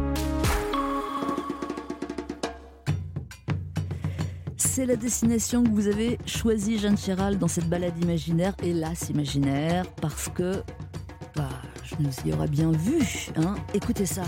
C'est la destination que vous avez choisie, Jeanne Chéral, dans cette balade imaginaire, hélas imaginaire, parce que je nous y aurais bien vu. Hein. Écoutez ça.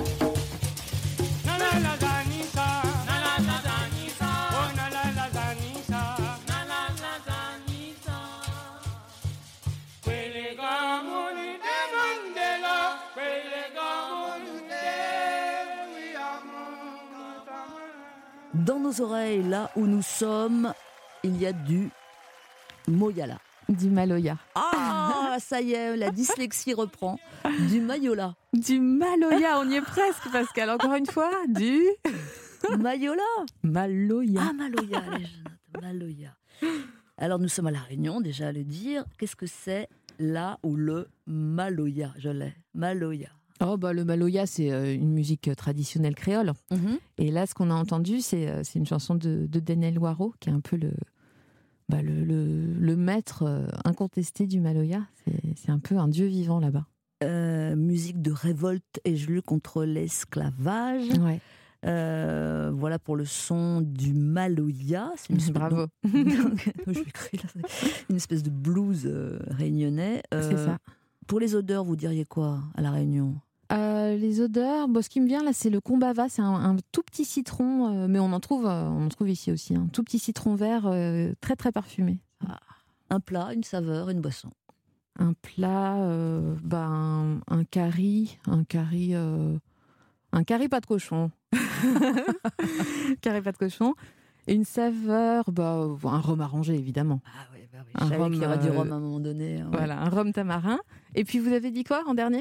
Dans nos oreilles, là où nous sommes, il y a du Moyala. Du Maloya. Ah, ça y est, la dyslexie reprend. Du Mayola. Du Maloya, on y est presque, Pascal. Encore une fois, du... Mayola. Maloya. Ah, Maloya, allez, je note. Maloya. Alors, nous sommes à La Réunion, déjà à le dire. Qu'est-ce que c'est là ou le Maloya? Je l'ai. Maloya. Oh, le Maloya, c'est une musique traditionnelle créole. Mm-hmm. Et là, ce qu'on a entendu, c'est une chanson de Denel Waro, qui est un peu le maître incontesté du Maloya. C'est un peu un dieu vivant là-bas. Musique de révolte et gelue contre l'esclavage. Ouais. Voilà pour le son du Maloya. Bravo. Une espèce de blues réunionnais. C'est ça. Pour les odeurs, vous diriez quoi à La Réunion? Les odeurs, ce qui me vient là, c'est le combava. C'est un tout petit citron, mais on en trouve ici aussi. Un tout petit citron vert très très parfumé. Ah. Un plat, une saveur, une boisson. Un plat, un curry pas de cochon. Curry pas de cochon. Et une saveur, un rhum arrangé évidemment. Ah oui, je savais qu'il y aurait du rhum à un moment donné. Ouais. Voilà, un rhum tamarin. Et puis vous avez dit quoi en dernier?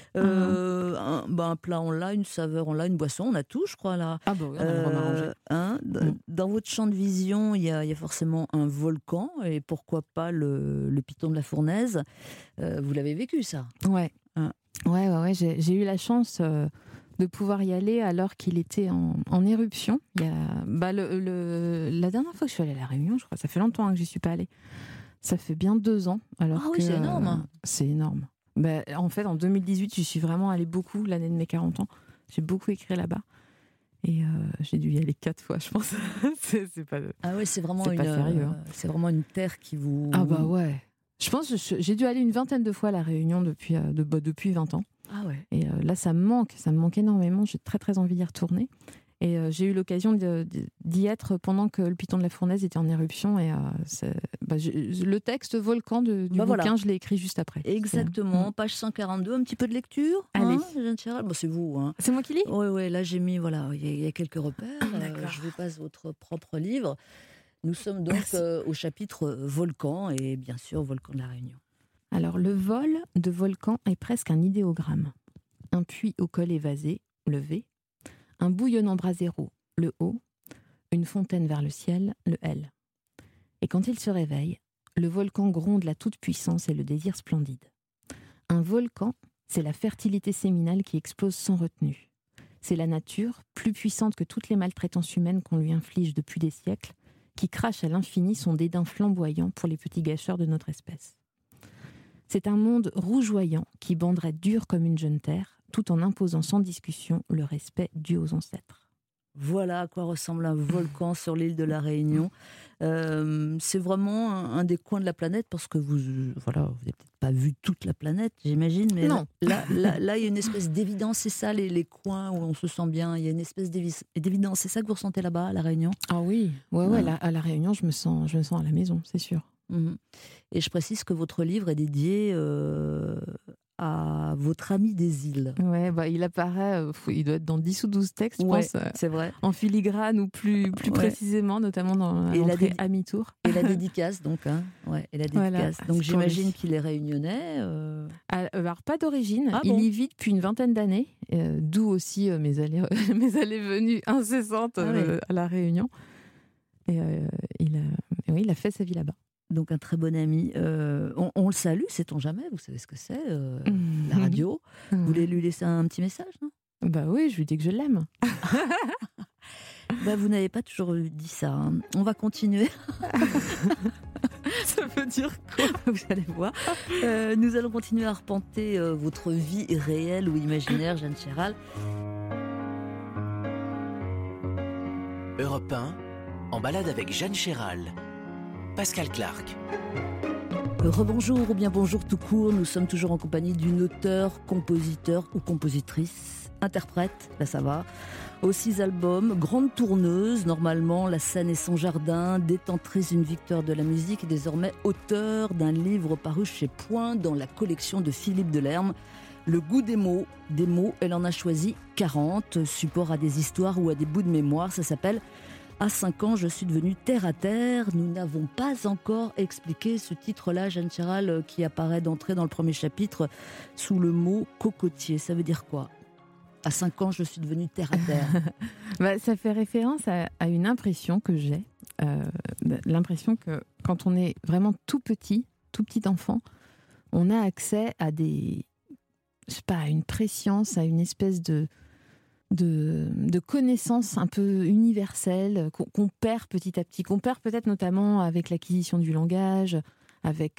Un plat on l'a, une saveur on l'a, une boisson on a tout, je crois là. Ah oui, on a le rhum arrangé. Dans votre champ de vision, il y a forcément un volcan et pourquoi pas le piton de la Fournaise. Vous l'avez vécu ça? Ouais. Ouais. J'ai eu la chance de pouvoir y aller alors qu'il était en éruption. Il y a, la dernière fois que je suis allée à La Réunion, je crois, ça fait longtemps que j'y suis pas allée. Ça fait bien 2 ans. Alors oui, c'est énorme. C'est énorme. En fait, en 2018, j'y suis vraiment allée beaucoup, l'année de mes 40 ans. J'ai beaucoup écrit là-bas. Et j'ai dû y aller 4 fois, je pense. c'est pas. Ah ouais, c'est vraiment pas sérieux. Hein. C'est vraiment une terre qui vous. Ah ouais. Je pense que j'ai dû aller une vingtaine de fois à La Réunion depuis 20 ans. Ah ouais. Et là, ça me manque énormément. J'ai très très envie d'y retourner. Et j'ai eu l'occasion d'y être pendant que le piton de la Fournaise était en éruption. Et le texte volcan du bouquin, voilà. Je l'ai écrit juste après. Exactement, page 142, un petit peu de lecture. Allez. Jeanne Chéral. C'est vous. Hein. C'est moi qui lis? Oui, là j'ai mis, il y a quelques repères. Je vous passe votre propre livre. Nous sommes donc au chapitre volcan et bien sûr volcan de la Réunion. Alors, le vol de volcan est presque un idéogramme. Un puits au col évasé, le V. Un bouillonnant brasero, le O. une fontaine vers le ciel, le L. Et quand il se réveille, le volcan gronde la toute-puissance et le désir splendide. Un volcan, c'est la fertilité séminale qui explose sans retenue. C'est la nature, plus puissante que toutes les maltraitances humaines qu'on lui inflige depuis des siècles, qui crache à l'infini son dédain flamboyant pour les petits gâcheurs de notre espèce. C'est un monde rougeoyant qui banderait dur comme une jeune terre, tout en imposant sans discussion le respect dû aux ancêtres. Voilà à quoi ressemble un volcan sur l'île de la Réunion. C'est vraiment un des coins de la planète, parce que vous n'avez peut-être pas vu toute la planète, j'imagine, mais non. Là, il y a une espèce d'évidence, c'est ça, les coins où on se sent bien, il y a une espèce d'évidence, c'est ça que vous ressentez là-bas, à la Réunion ? Ah oui, ouais, à la Réunion, je me sens à la maison, c'est sûr. Et je précise que votre livre est dédié à votre ami des îles. Ouais, il apparaît, il doit être dans 10 ou 12 textes, je pense. C'est vrai. En filigrane ou plus précisément, notamment dans l'entrée à mi-tour. Et la dédicace, donc. Et la dédicace. Voilà, donc j'imagine qu'il est réunionnais. Alors, pas d'origine. Ah, il y vit depuis une vingtaine d'années, d'où aussi mes allées-venues incessantes à La Réunion. Et il a fait sa vie là-bas. Donc un très bon ami. On le salue, sait-on jamais, vous savez ce que c'est, la radio. Vous voulez lui laisser un petit message, non ? Bah oui, je lui dis que je l'aime. Vous n'avez pas toujours dit ça. Hein. On va continuer. Ça veut dire quoi ? Vous allez voir. Nous allons continuer à arpenter votre vie réelle ou imaginaire, Jeanne Chéral. Europe 1, en balade avec Jeanne Chéral. Pascal Clark. Rebonjour ou bien bonjour tout court, nous sommes toujours en compagnie d'une auteure, compositeur ou compositrice, interprète, là ça va, aux 6 albums, grande tourneuse, normalement La scène et son jardin, détentrice d'une victoire de la musique et désormais auteure d'un livre paru chez Point dans la collection de Philippe Delerme, Le goût des mots, elle en a choisi 40, support à des histoires ou à des bouts de mémoire, ça s'appelle À 5 ans, je suis devenue terre à terre. Nous n'avons pas encore expliqué ce titre-là, Jeanne Chéral, qui apparaît d'entrée dans le premier chapitre sous le mot cocotier. Ça veut dire quoi ? À 5 ans, je suis devenue terre à terre. Ça fait référence à une impression que j'ai. L'impression que quand on est vraiment tout petit enfant, on a accès à à une préscience, à une espèce de connaissances un peu universelles qu'on perd petit à petit, qu'on perd peut-être notamment avec l'acquisition du langage, avec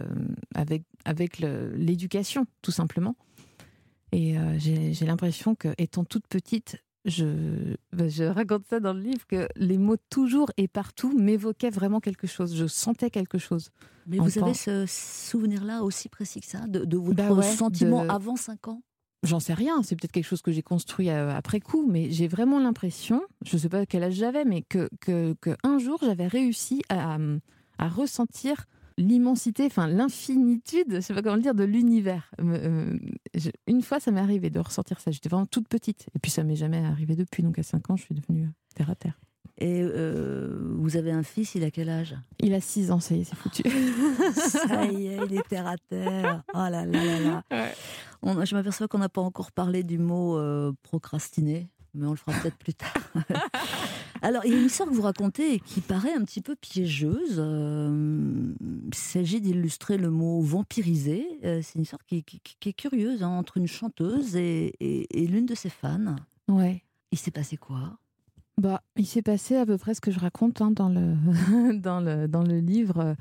l'éducation, tout simplement. Et j'ai l'impression qu'étant toute petite, je raconte ça dans le livre, que les mots toujours et partout m'évoquaient vraiment quelque chose. Je sentais quelque chose. Mais vous avez ce souvenir-là aussi précis que ça, de votre sentiment avant 5 ans ? J'en sais rien, c'est peut-être quelque chose que j'ai construit après coup, mais j'ai vraiment l'impression, je ne sais pas quel âge j'avais, mais que un jour j'avais réussi à ressentir l'immensité, l'infinitude, je ne sais pas comment le dire, de l'univers. Une fois, ça m'est arrivé de ressentir ça, j'étais vraiment toute petite, et puis ça ne m'est jamais arrivé depuis, donc à 5 ans, je suis devenue terre à terre. Et vous avez un fils, il a quel âge ? Il a 6 ans, ça y est, c'est foutu. Ça y est, il est terre à terre. Oh là là là là. Ouais. Je m'aperçois qu'on n'a pas encore parlé du mot procrastiner, mais on le fera peut-être plus tard. Alors, il y a une histoire que vous racontez qui paraît un petit peu piégeuse. Il s'agit d'illustrer le mot vampiriser. C'est une histoire qui est curieuse, hein, entre une chanteuse et l'une de ses fans. Ouais. Il s'est passé quoi ? Il s'est passé à peu près ce que je raconte dans le livre.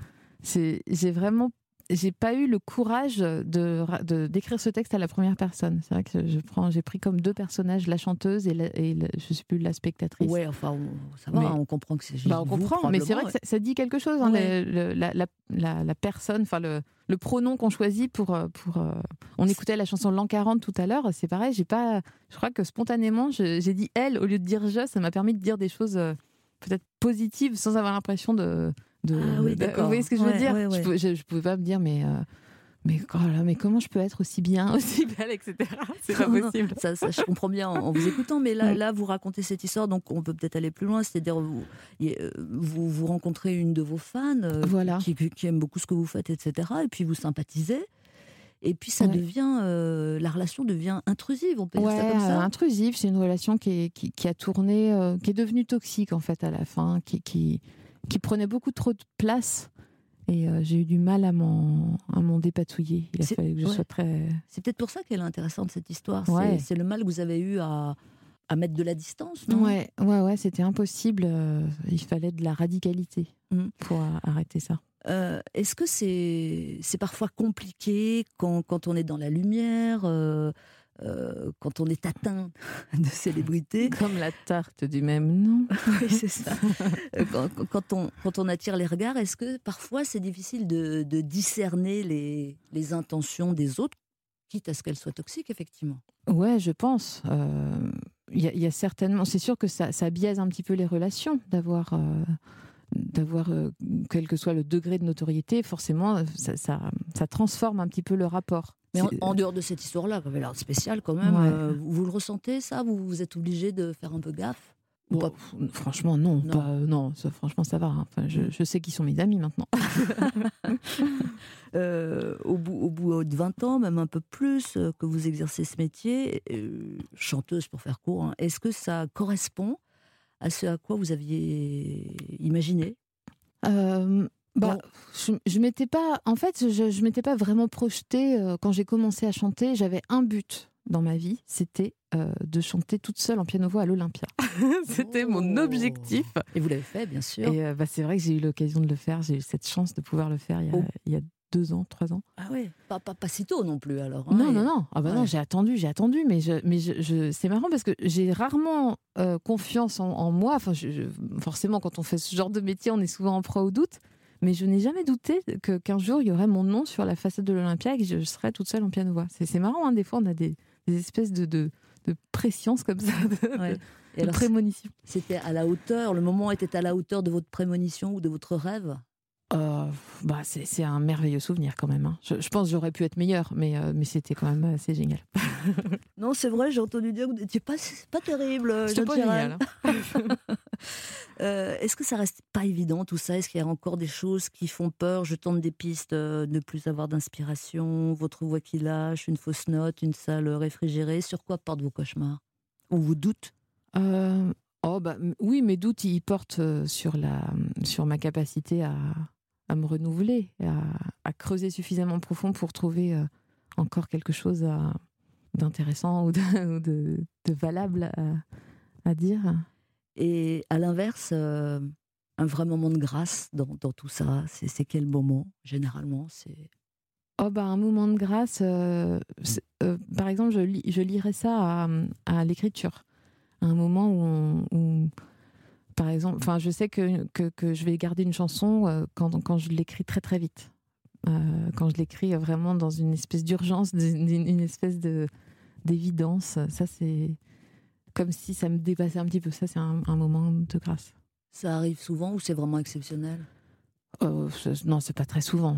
J'ai pas eu le courage d'écrire ce texte à la première personne. C'est vrai que j'ai pris comme 2 personnages, la chanteuse et je sais plus, la spectatrice. Ouais, enfin, ça va, on comprend que c'est juste on comprend, mais c'est vrai que ça dit quelque chose. Hein, la personne, enfin le pronom qu'on choisit pour on écoutait la chanson L'an 40 tout à l'heure, c'est pareil, je crois que spontanément j'ai dit elle au lieu de dire je, ça m'a permis de dire des choses peut-être positives sans avoir l'impression de oui, d'accord. Vous voyez ce que je veux dire ? Ouais. Je pouvais pas me dire mais comment je peux être aussi bien, aussi belle, etc. C'est pas possible. Ça, je comprends bien en vous écoutant, mais là, vous racontez cette histoire, donc on peut peut-être aller plus loin, c'est-à-dire vous rencontrez une de vos fans voilà. qui aime beaucoup ce que vous faites, etc. Et puis vous sympathisez. Et puis ça devient, la relation devient intrusive, on peut dire ça comme ça. Intrusive, c'est une relation qui a tourné, qui est devenue toxique en fait à la fin, qui prenait beaucoup trop de place. Et j'ai eu du mal à m'en dépatouiller. Il a fallu que je sois très... C'est peut-être pour ça qu'elle est intéressante, cette histoire. C'est le mal que vous avez eu à mettre de la distance, non ? Ouais, c'était impossible. Il fallait de la radicalité pour arrêter ça. Est-ce que c'est parfois compliqué quand on est dans la lumière, quand on est atteint de célébrité ? Comme la tarte du même nom. Oui, c'est ça. Quand on attire les regards, est-ce que parfois c'est difficile de discerner les intentions des autres, quitte à ce qu'elles soient toxiques, effectivement ? Ouais, je pense. Il y a certainement... C'est sûr que ça biaise un petit peu les relations, d'avoir quel que soit le degré de notoriété, forcément, ça transforme un petit peu le rapport. Mais en dehors de cette histoire-là, qui avait l'air spéciale quand même, vous le ressentez, ça ? Vous êtes obligé de faire un peu gaffe ? Franchement, non. Franchement, ça va. Enfin, je sais qui sont mes amis maintenant. Au bout de 20 ans, même un peu plus, que vous exercez ce métier, chanteuse pour faire court, hein, est-ce que ça correspond à ce à quoi vous aviez imaginé ? Je m'étais pas, en fait, je m'étais pas vraiment projetée quand j'ai commencé à chanter. J'avais un but dans ma vie, c'était de chanter toute seule en piano-voix à l'Olympia. C'était mon objectif. Et vous l'avez fait, bien sûr. Et c'est vrai que j'ai eu l'occasion de le faire. J'ai eu cette chance de pouvoir le faire il y a 2 ans, 3 ans. Ah oui, pas si tôt non plus alors. Hein, non. Ah non, j'ai attendu, mais c'est marrant parce que j'ai rarement confiance en moi. Enfin, forcément, quand on fait ce genre de métier, on est souvent en proie au doute. Mais je n'ai jamais douté qu'un jour, il y aurait mon nom sur la façade de l'Olympia et que je serais toute seule en piano-voix. C'est marrant, hein, des fois, on a des espèces de préscience comme ça, de prémonition. C'était à la hauteur, le moment était à la hauteur de votre prémonition ou de votre rêve ? C'est un merveilleux souvenir quand même. Hein. Je pense que j'aurais pu être meilleure, mais c'était quand même assez génial. Non, c'est vrai, j'ai entendu dire que vous n'étiez pas terrible. C'était pas génial. Est-ce que ça reste pas évident tout ça ? Est-ce qu'il y a encore des choses qui font peur ? Je tente des pistes, ne plus avoir d'inspiration, votre voix qui lâche, une fausse note, une salle réfrigérée. Sur quoi portent vos cauchemars ? Ou vos doutes ? Oui, mes doutes, ils portent sur ma capacité à me renouveler, à creuser suffisamment profond pour trouver encore quelque chose d'intéressant ou de valable à dire. Et à l'inverse, un vrai moment de grâce dans tout ça, c'est quel moment, généralement ? Un moment de grâce, par exemple, je lirais ça à l'écriture. Un moment où par exemple, je sais que je vais garder une chanson quand je l'écris très très vite. Quand je l'écris vraiment dans une espèce d'urgence, une espèce d'évidence. Ça, c'est comme si ça me dépassait un petit peu. Ça, c'est un moment de grâce. Ça arrive souvent ou c'est vraiment exceptionnel ? Non, c'est pas très souvent.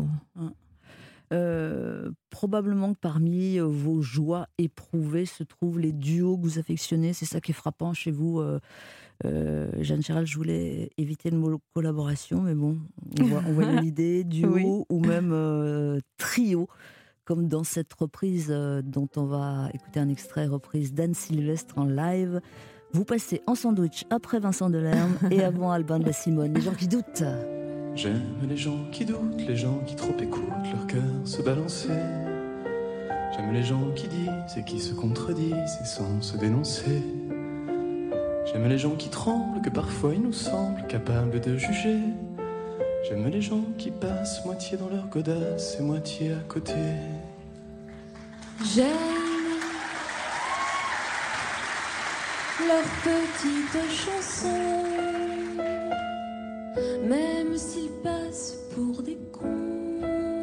Probablement que parmi vos joies éprouvées se trouvent les duos que vous affectionnez. C'est ça qui est frappant chez vous, Jeanne Chéral. Je voulais éviter le mot collaboration, mais bon, on voit l'idée, duo ou même trio, comme dans cette reprise dont on va écouter un extrait, reprise d'Anne Sylvestre en live. Vous passez en sandwich après Vincent Delerme et avant Albin de la Simone. Les gens qui doutent. J'aime les gens qui doutent, les gens qui trop écoutent leur cœur se balancer. J'aime les gens qui disent et qui se contredisent et sans se dénoncer. J'aime les gens qui tremblent, que parfois ils nous semblent capables de juger. J'aime les gens qui passent moitié dans leur godasse et moitié à côté. J'aime leurs petites chansons, même s'ils passent pour des cons.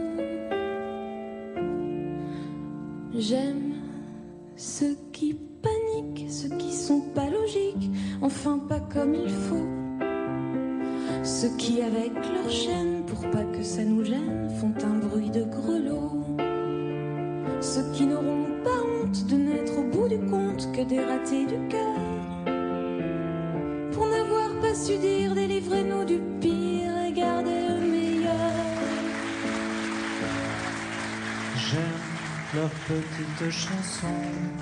J'aime ceux qui paniquent, ceux qui sont pas logiques, enfin pas comme il faut. Ceux qui avec leur chaîne, pour pas que ça nous gêne, font un bruit de grelot. Ceux qui n'auront pas honte de n'être au bout du compte que des ratés du cœur. Pour n'avoir pas su dire, délivrez-nous du pire et gardez le meilleur. J'aime leurs petites chansons,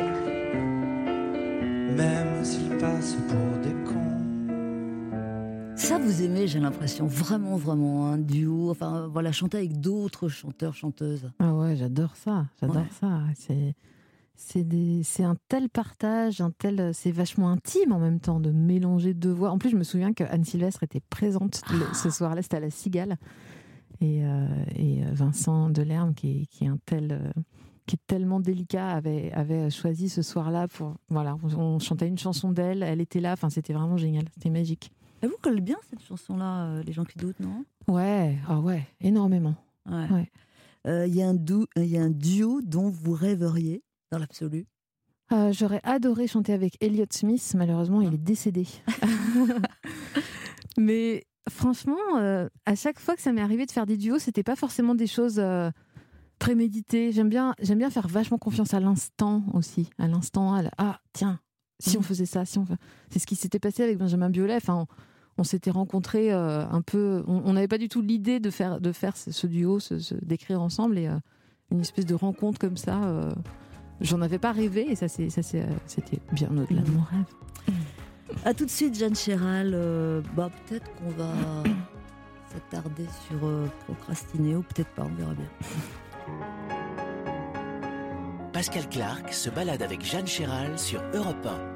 même s'ils passent pour des cons. Ça, vous aimez, j'ai l'impression, vraiment, vraiment, un duo, enfin, voilà, chanter avec d'autres chanteurs, chanteuses. Ah ouais, j'adore ça, ça. C'est un tel partage, c'est vachement intime en même temps de mélanger deux voix. En plus, je me souviens que Anne Sylvestre était présente ce soir-là, c'était à la Cigale. Et Vincent Delerme, qui est tellement délicat, avait choisi ce soir-là pour. Voilà, on chantait une chanson d'elle, elle était là, enfin, c'était vraiment génial, c'était magique. Elle vous colle bien cette chanson-là, Les gens qui doutent, non ? Ouais, énormément. Ouais. Y a un duo dont vous rêveriez dans l'absolu ? J'aurais adoré chanter avec Elliott Smith, malheureusement, il est décédé. Mais franchement, à chaque fois que ça m'est arrivé de faire des duos, c'était pas forcément des choses préméditées. J'aime bien faire vachement confiance à l'instant aussi, tiens, si on faisait ça, c'est ce qui s'était passé avec Benjamin Biolay. Enfin, on s'était rencontrés un peu, on n'avait pas du tout l'idée de faire ce duo, d'écrire ensemble, et une espèce de rencontre comme ça. J'en avais pas rêvé, et c'était bien au-delà de mon rêve. À tout de suite, Jeanne Chéral. Peut-être qu'on va s'attarder sur procrastiner, ou peut-être pas, on verra bien. Pascal Clark se balade avec Jeanne Chéral sur Europe 1.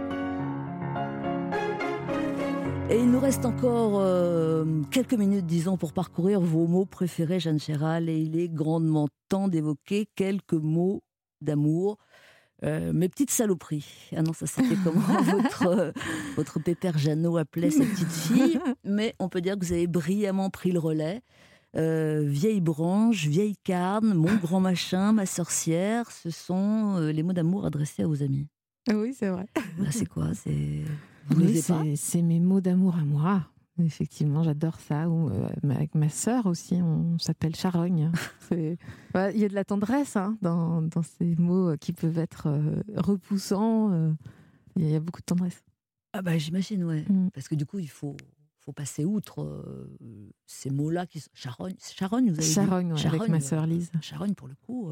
Et il nous reste encore quelques minutes, disons, pour parcourir vos mots préférés, Jeanne Chéral, et il est grandement temps d'évoquer quelques mots d'amour. Mes petites saloperies. Ah non, ça c'était comment votre pépère Jeannot appelait sa petite fille. Mais on peut dire que vous avez brillamment pris le relais. Vieille branche, vieille carne, mon grand machin, ma sorcière, ce sont les mots d'amour adressés à vos amis. Oui, c'est vrai. C'est quoi ? C'est mes mots d'amour à moi. Effectivement, j'adore ça. Ou avec ma sœur aussi, on s'appelle Charogne. Il y a de la tendresse dans ces mots qui peuvent être repoussants. Il y a beaucoup de tendresse. Ah bah j'imagine, ouais. Parce que du coup, il faut passer outre ces mots-là qui sont... Charogne, vous avez dit ? Charogne, avec ma sœur Lise. Charogne, pour le coup.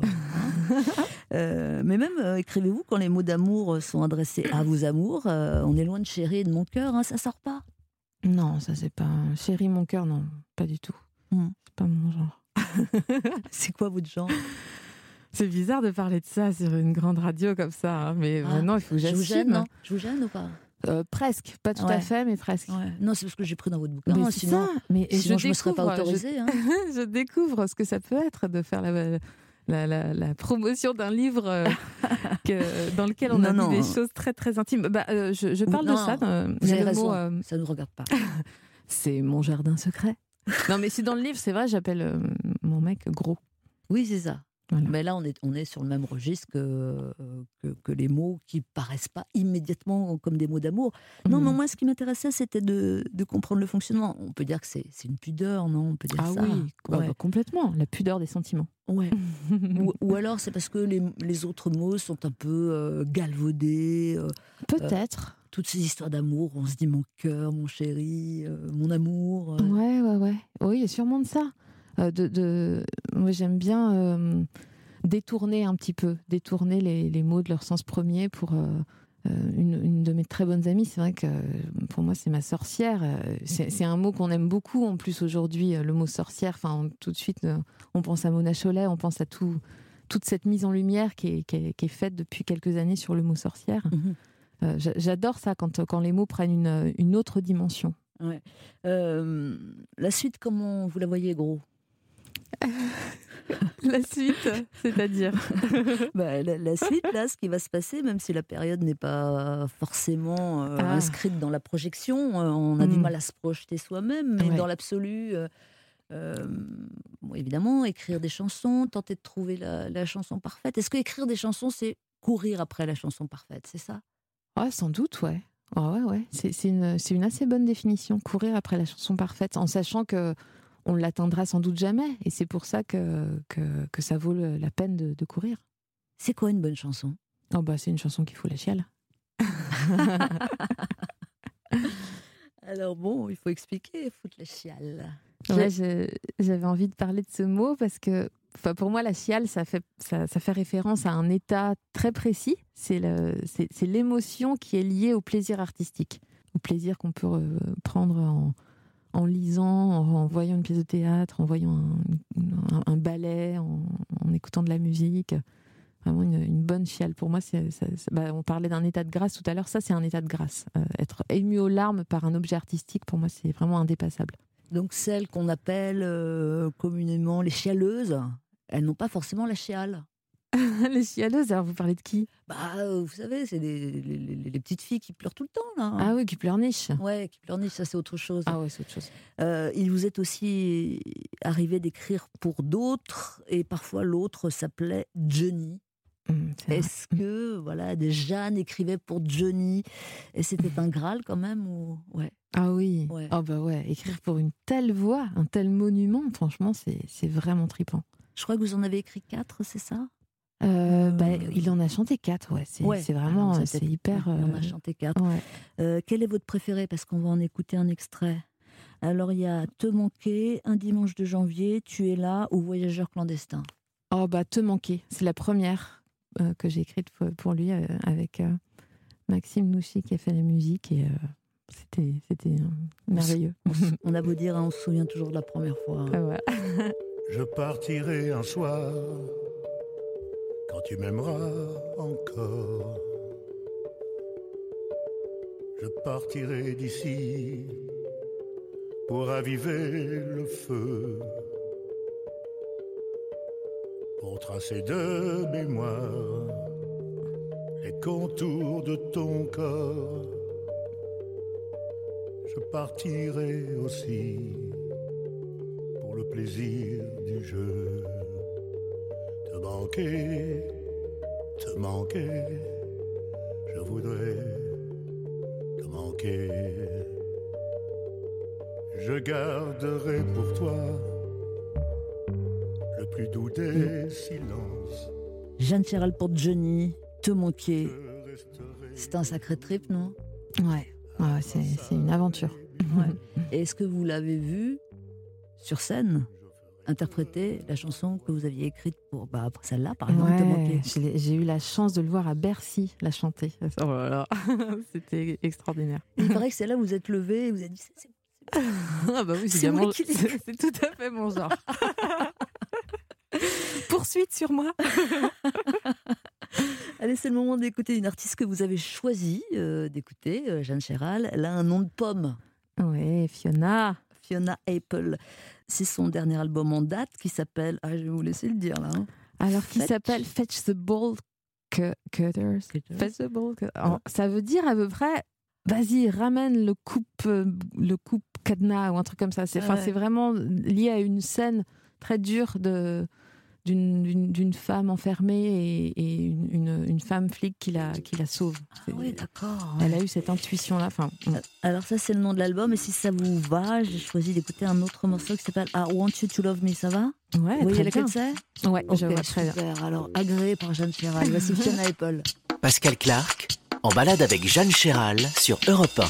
Mais même, écrivez-vous quand les mots d'amour sont adressés à vos amours. On est loin de chéri et de mon cœur, ça sort pas. Non, ça c'est pas... Chéri, mon cœur, non, pas du tout. C'est pas mon genre. C'est quoi votre genre ? C'est bizarre de parler de ça sur une grande radio comme ça, mais maintenant il faut que j'assume. Je vous gêne ou pas ? Presque, pas tout à fait, mais presque. Ouais. Non, c'est parce que j'ai pris dans votre bouquin. Mais sinon, je ne me serais pas autorisée. Je découvre ce que ça peut être de faire la promotion d'un livre dans lequel on a dit des choses très très intimes. Je parle de ça. Vous avez raison, ça ne nous regarde pas. C'est mon jardin secret. Non, mais c'est dans le livre, c'est vrai, j'appelle mon mec Gros. Oui, c'est ça. Voilà. Mais là, on est sur le même registre que les mots qui paraissent pas immédiatement comme des mots d'amour. Non, mais moi, ce qui m'intéressait, c'était de comprendre le fonctionnement. On peut dire que c'est une pudeur, non ? On peut dire ça. Oui, complètement. La pudeur des sentiments. Ouais. ou alors, c'est parce que les autres mots sont un peu galvaudés. Peut-être. Toutes ces histoires d'amour, on se dit mon cœur, mon chéri, mon amour. Ouais. Oui, il y a sûrement de ça. Moi, j'aime bien détourner un petit peu, les mots de leur sens premier pour une de mes très bonnes amies. C'est vrai que pour moi, c'est ma sorcière. C'est un mot qu'on aime beaucoup en plus aujourd'hui, le mot sorcière. Enfin, tout de suite, on pense à Mona Chollet, on pense à toute cette mise en lumière qui est faite depuis quelques années sur le mot sorcière. J'adore ça quand les mots prennent une autre dimension. Ouais. La suite, comment vous la voyez, Gros ? La suite, c'est-à-dire la suite, là, ce qui va se passer, même si la période n'est pas forcément inscrite dans la projection, on a du mal à se projeter soi-même, mais dans l'absolu, évidemment, écrire des chansons, tenter de trouver la chanson parfaite. Est-ce que écrire des chansons, c'est courir après la chanson parfaite, c'est ça ? Sans doute, ouais. Ouais. C'est une assez bonne définition, courir après la chanson parfaite, en sachant que on ne l'atteindra sans doute jamais. Et c'est pour ça que ça vaut la peine de courir. C'est quoi une bonne chanson ? C'est une chanson qui fout la chiale. Alors bon, il faut expliquer, foutre la chiale. Ouais, j'avais envie de parler de ce mot parce que pour moi, la chiale, ça fait référence à un état très précis. C'est l'émotion qui est liée au plaisir artistique, au plaisir qu'on peut prendre en lisant, en voyant une pièce de théâtre, en voyant un ballet, en écoutant de la musique. Vraiment une bonne chiale. Pour moi, on parlait d'un état de grâce tout à l'heure. Ça, c'est un état de grâce. Être ému aux larmes par un objet artistique, pour moi, c'est vraiment indépassable. Donc celles qu'on appelle communément les chialeuses, elles n'ont pas forcément la chiale. Les chialeuses, alors vous parlez de qui ? Vous savez, c'est les petites filles qui pleurent tout le temps, là. Ah oui, qui pleurnichent. Ouais, qui pleurnichent, ça c'est autre chose. Ah ouais, c'est autre chose. Il vous est aussi arrivé d'écrire pour d'autres, et parfois l'autre s'appelait Johnny. Est-ce que des Jeanne écrivaient pour Johnny et c'était un Graal quand même ou... Ouais. Ah oui, ouais. Oh bah ouais. Écrire pour une telle voix, un tel monument, franchement, c'est vraiment trippant. Je crois que vous en avez écrit 4, c'est ça ? Il en a chanté 4, ouais. C'est vraiment, c'est hyper... Il en a chanté 4. Ouais. Quel est votre préféré ? Parce qu'on va en écouter un extrait. Alors il y a Te manquer, Un dimanche de janvier, Tu es là ou Voyageur clandestin. Oh bah Te manquer, c'est la première que j'ai écrite pour lui avec Maxime Nouchy qui a fait la musique et c'était merveilleux. On a beau dire, on se souvient toujours de la première fois. Ouais. Je partirai un soir quand tu m'aimeras encore. Je partirai d'ici pour raviver le feu, pour tracer de mémoire les contours de ton corps. Je partirai aussi pour le plaisir du jeu. Te manquer, je voudrais te manquer. Je garderai pour toi le plus doux des silences. Jeanne Chéral pour Johnny, Te manquer. C'est un sacré trip, non ? Ouais, c'est une aventure. Ouais. Et est-ce que vous l'avez vu sur scène interpréter la chanson que vous aviez écrite pour celle-là, par exemple, Te manquer ? J'ai eu la chance de le voir à Bercy, la chanter. Oh là là, c'était extraordinaire. Il paraît que c'est là où vous êtes levé et vous avez dit c'est ah bah oui, c'est tout à fait mon genre. Poursuite sur moi. Allez, c'est le moment d'écouter une artiste que vous avez choisi d'écouter, Jeanne Chéral. Elle a un nom de pomme. Oui, Fiona Apple. C'est son dernier album en date qui s'appelle... je vais vous laisser le dire là. Alors, qui s'appelle Fetch the Ball Cutters. Fetch the Ball Cutters. Alors, ça veut dire à peu près... Vas-y, ramène le coupe cadenas ou un truc comme ça. C'est vraiment lié à une scène très dure d'une femme enfermée et une femme flic qui la sauve. Oui, d'accord. Elle a eu cette intuition-là. Alors ça, c'est le nom de l'album. Et si ça vous va, j'ai choisi d'écouter un autre morceau qui s'appelle I Want You to Love Me. Ça va ? Ouais, vous voyez lequel c'est ? Ouais, okay, je vois très bien. Alors, agréé par Jeanne Chéral. Voici Fiona Apple. Pascal Clark, en balade avec Jeanne Chéral sur Europe 1.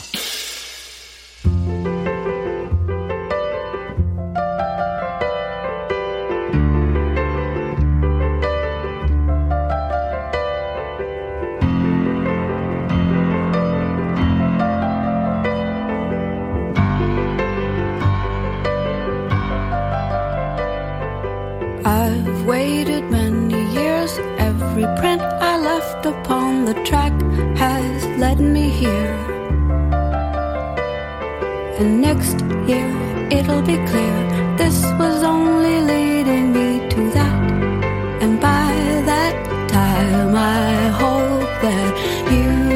I've waited many years. Every print I left upon the track has led me here. And next year it'll be clear this was only leading me to that. And by that time I hope that you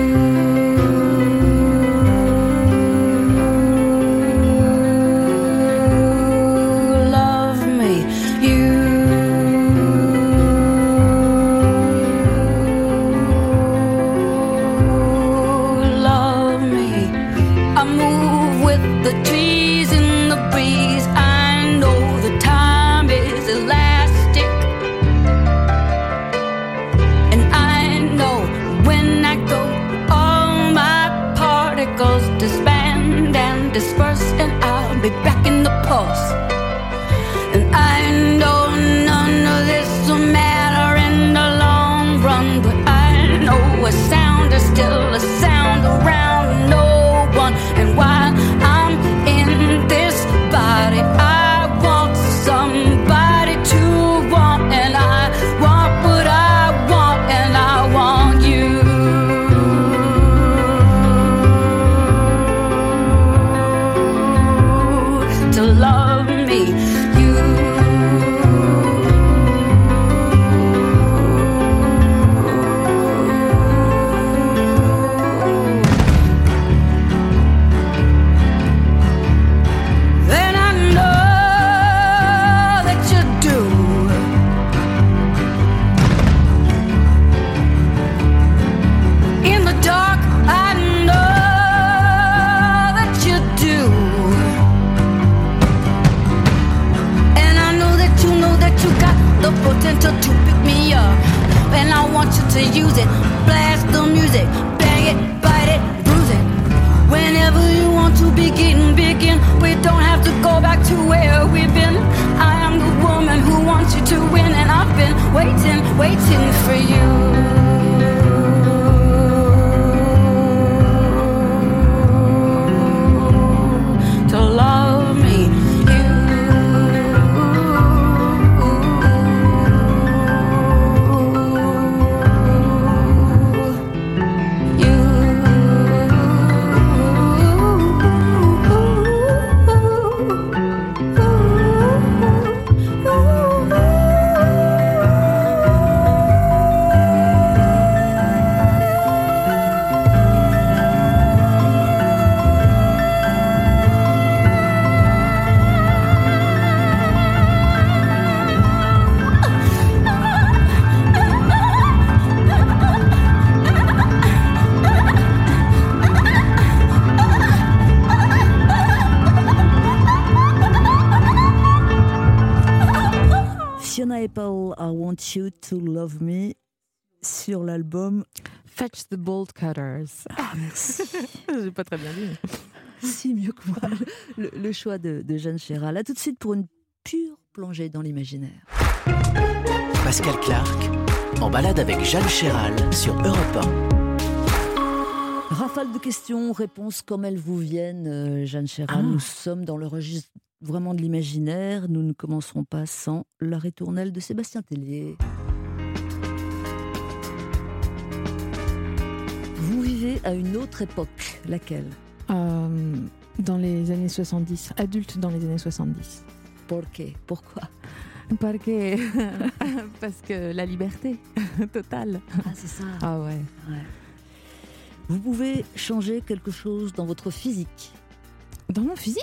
go want you to use it. Blast the music, bang it, bite it, bruise it. Whenever you want to begin. We don't have to go back to where we've been. I am the woman who wants you to win, and I've been waiting for you. Apple, I Want You to Love Me sur l'album Fetch the Bolt Cutters. Ah, merci. J'ai pas très bien dit. Si mieux que moi. Le choix de Jeanne Chéral. À tout de suite pour une pure plongée dans l'imaginaire. Pascal Clark, en balade avec Jeanne Chéral sur Europe 1. Rafale de questions, réponses comme elles vous viennent, Jeanne Chéral. Nous sommes dans le registre vraiment de l'imaginaire. Nous ne commencerons pas sans la ritournelle de Sébastien Tellier. Vous vivez à une autre époque, laquelle ? Dans les années 70, adulte dans les années 70. Pourquoi ? Parce que la liberté totale. Ah, c'est ça. Ah ouais. Vous pouvez changer quelque chose dans votre physique ? Dans mon physique ?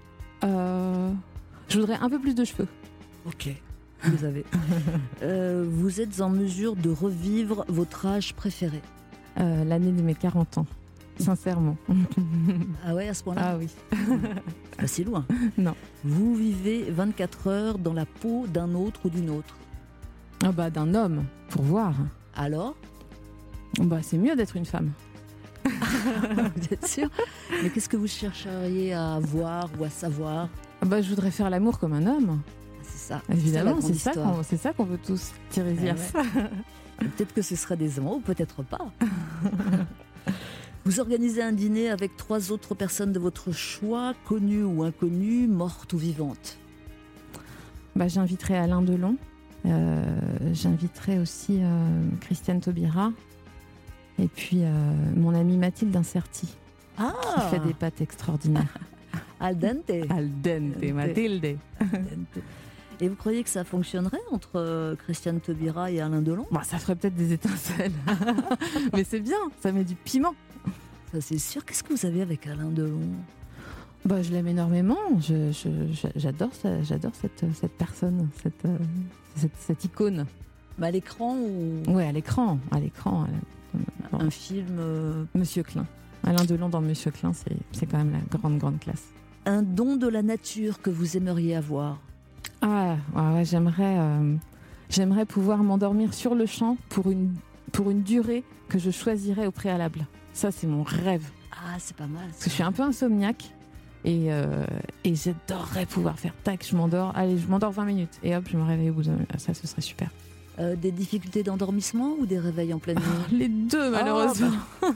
Je voudrais un peu plus de cheveux. Ok, vous avez. Vous êtes en mesure de revivre votre âge préféré ? L'année de mes 40 ans, sincèrement. Ah ouais, à ce point-là ? Ah oui. Pas si loin. Non. Vous vivez 24 heures dans la peau d'un autre ou d'une autre ? Ah bah d'un homme, pour voir. Alors ? Bah c'est mieux d'être une femme. Vous êtes sûr ? Mais qu'est-ce que vous chercheriez à voir ou à savoir ? Bah je voudrais faire l'amour comme un homme. C'est ça. Évidemment, c'est ça qu'on veut tous tirer vers ça. Peut-être que ce sera des amants ou peut-être pas. Vous organisez un dîner avec 3 autres personnes de votre choix, connues ou inconnues, mortes ou vivantes. Bah j'inviterai Alain Delon. J'inviterai aussi Christiane Taubira. Et puis mon amie Mathilde Incerti, qui fait des pâtes extraordinaires. Al dente. Mathilde. Et vous croyez que ça fonctionnerait entre Christiane Taubira et Alain Delon ? Ça ferait peut-être des étincelles. Mais c'est bien, ça met du piment. Ça c'est sûr. Qu'est-ce que vous avez avec Alain Delon ? Je l'aime énormément. J'adore cette personne, cette icône. Mais à l'écran ou... Oui, à l'écran. Un film... Monsieur Klein. Alain Delon dans Monsieur Klein, c'est quand même la grande classe. Un don de la nature que vous aimeriez avoir ? Ouais, j'aimerais pouvoir m'endormir sur le champ pour une durée que je choisirais au préalable. Ça, c'est mon rêve. Ah, c'est pas mal. Parce que je suis un peu insomniaque et j'adorerais pouvoir faire tac, je m'endors 20 minutes et hop, je me réveille au bout de... Ça, ce serait super. Des difficultés d'endormissement ou des réveils en pleine nuit ? Les deux, malheureusement.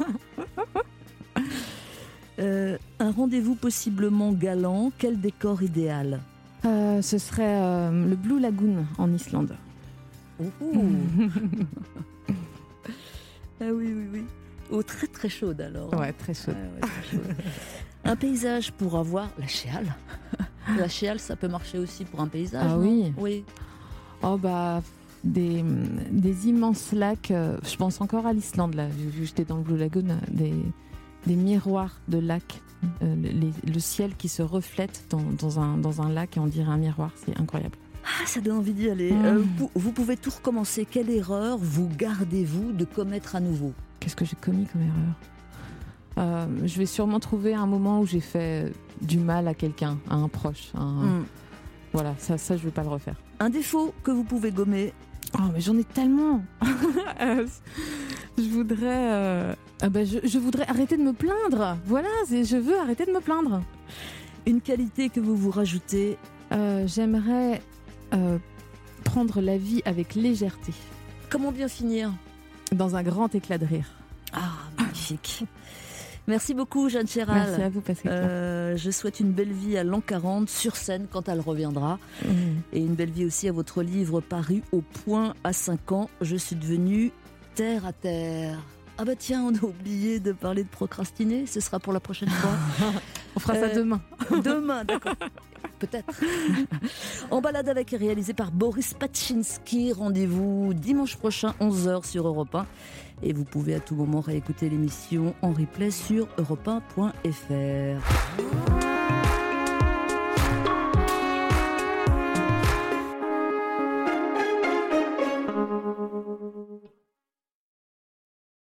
Un rendez-vous possiblement galant, quel décor idéal ? Ce serait le Blue Lagoon en Islande. Ah oui. Oh, très très chaude alors. Ouais, très chaude. Très chaude. Un paysage pour avoir la chiale. La chiale, ça peut marcher aussi pour un paysage. Ah non ? Oui. Oh des immenses lacs. Je pense encore à l'Islande là. Vu que j'étais dans le Blue Lagoon, des miroirs de lacs. Le ciel qui se reflète dans un lac et on dirait un miroir, c'est incroyable. Ah, ça donne envie d'y aller. Vous pouvez tout recommencer. Quelle erreur vous gardez-vous de commettre à nouveau ? Qu'est-ce que j'ai commis comme erreur ? Je vais sûrement trouver un moment où j'ai fait du mal à quelqu'un, à un proche. Voilà, ça je ne vais pas le refaire. Un défaut que vous pouvez gommer ? Oh, mais j'en ai tellement. Je voudrais... je voudrais arrêter de me plaindre. Voilà, je veux arrêter de me plaindre. Une qualité que vous vous rajoutez? J'aimerais prendre la vie avec légèreté. Comment bien finir? Dans un grand éclat de rire. Ah, magnifique. Merci beaucoup, Jeanne Chéral. Merci à vous, Pascal. Je souhaite une belle vie à l'an 40, sur scène, quand elle reviendra. Et une belle vie aussi à votre livre paru au Point à 5 ans. Je suis devenue terre à terre. Ah bah tiens, on a oublié de parler de procrastiner. Ce sera pour la prochaine fois. On fera ça demain. Demain, d'accord. Peut-être. En balade avec est réalisé par Boris Patchinski. Rendez-vous dimanche prochain, 11h sur Europe 1. Et vous pouvez à tout moment réécouter l'émission en replay sur europe1.fr.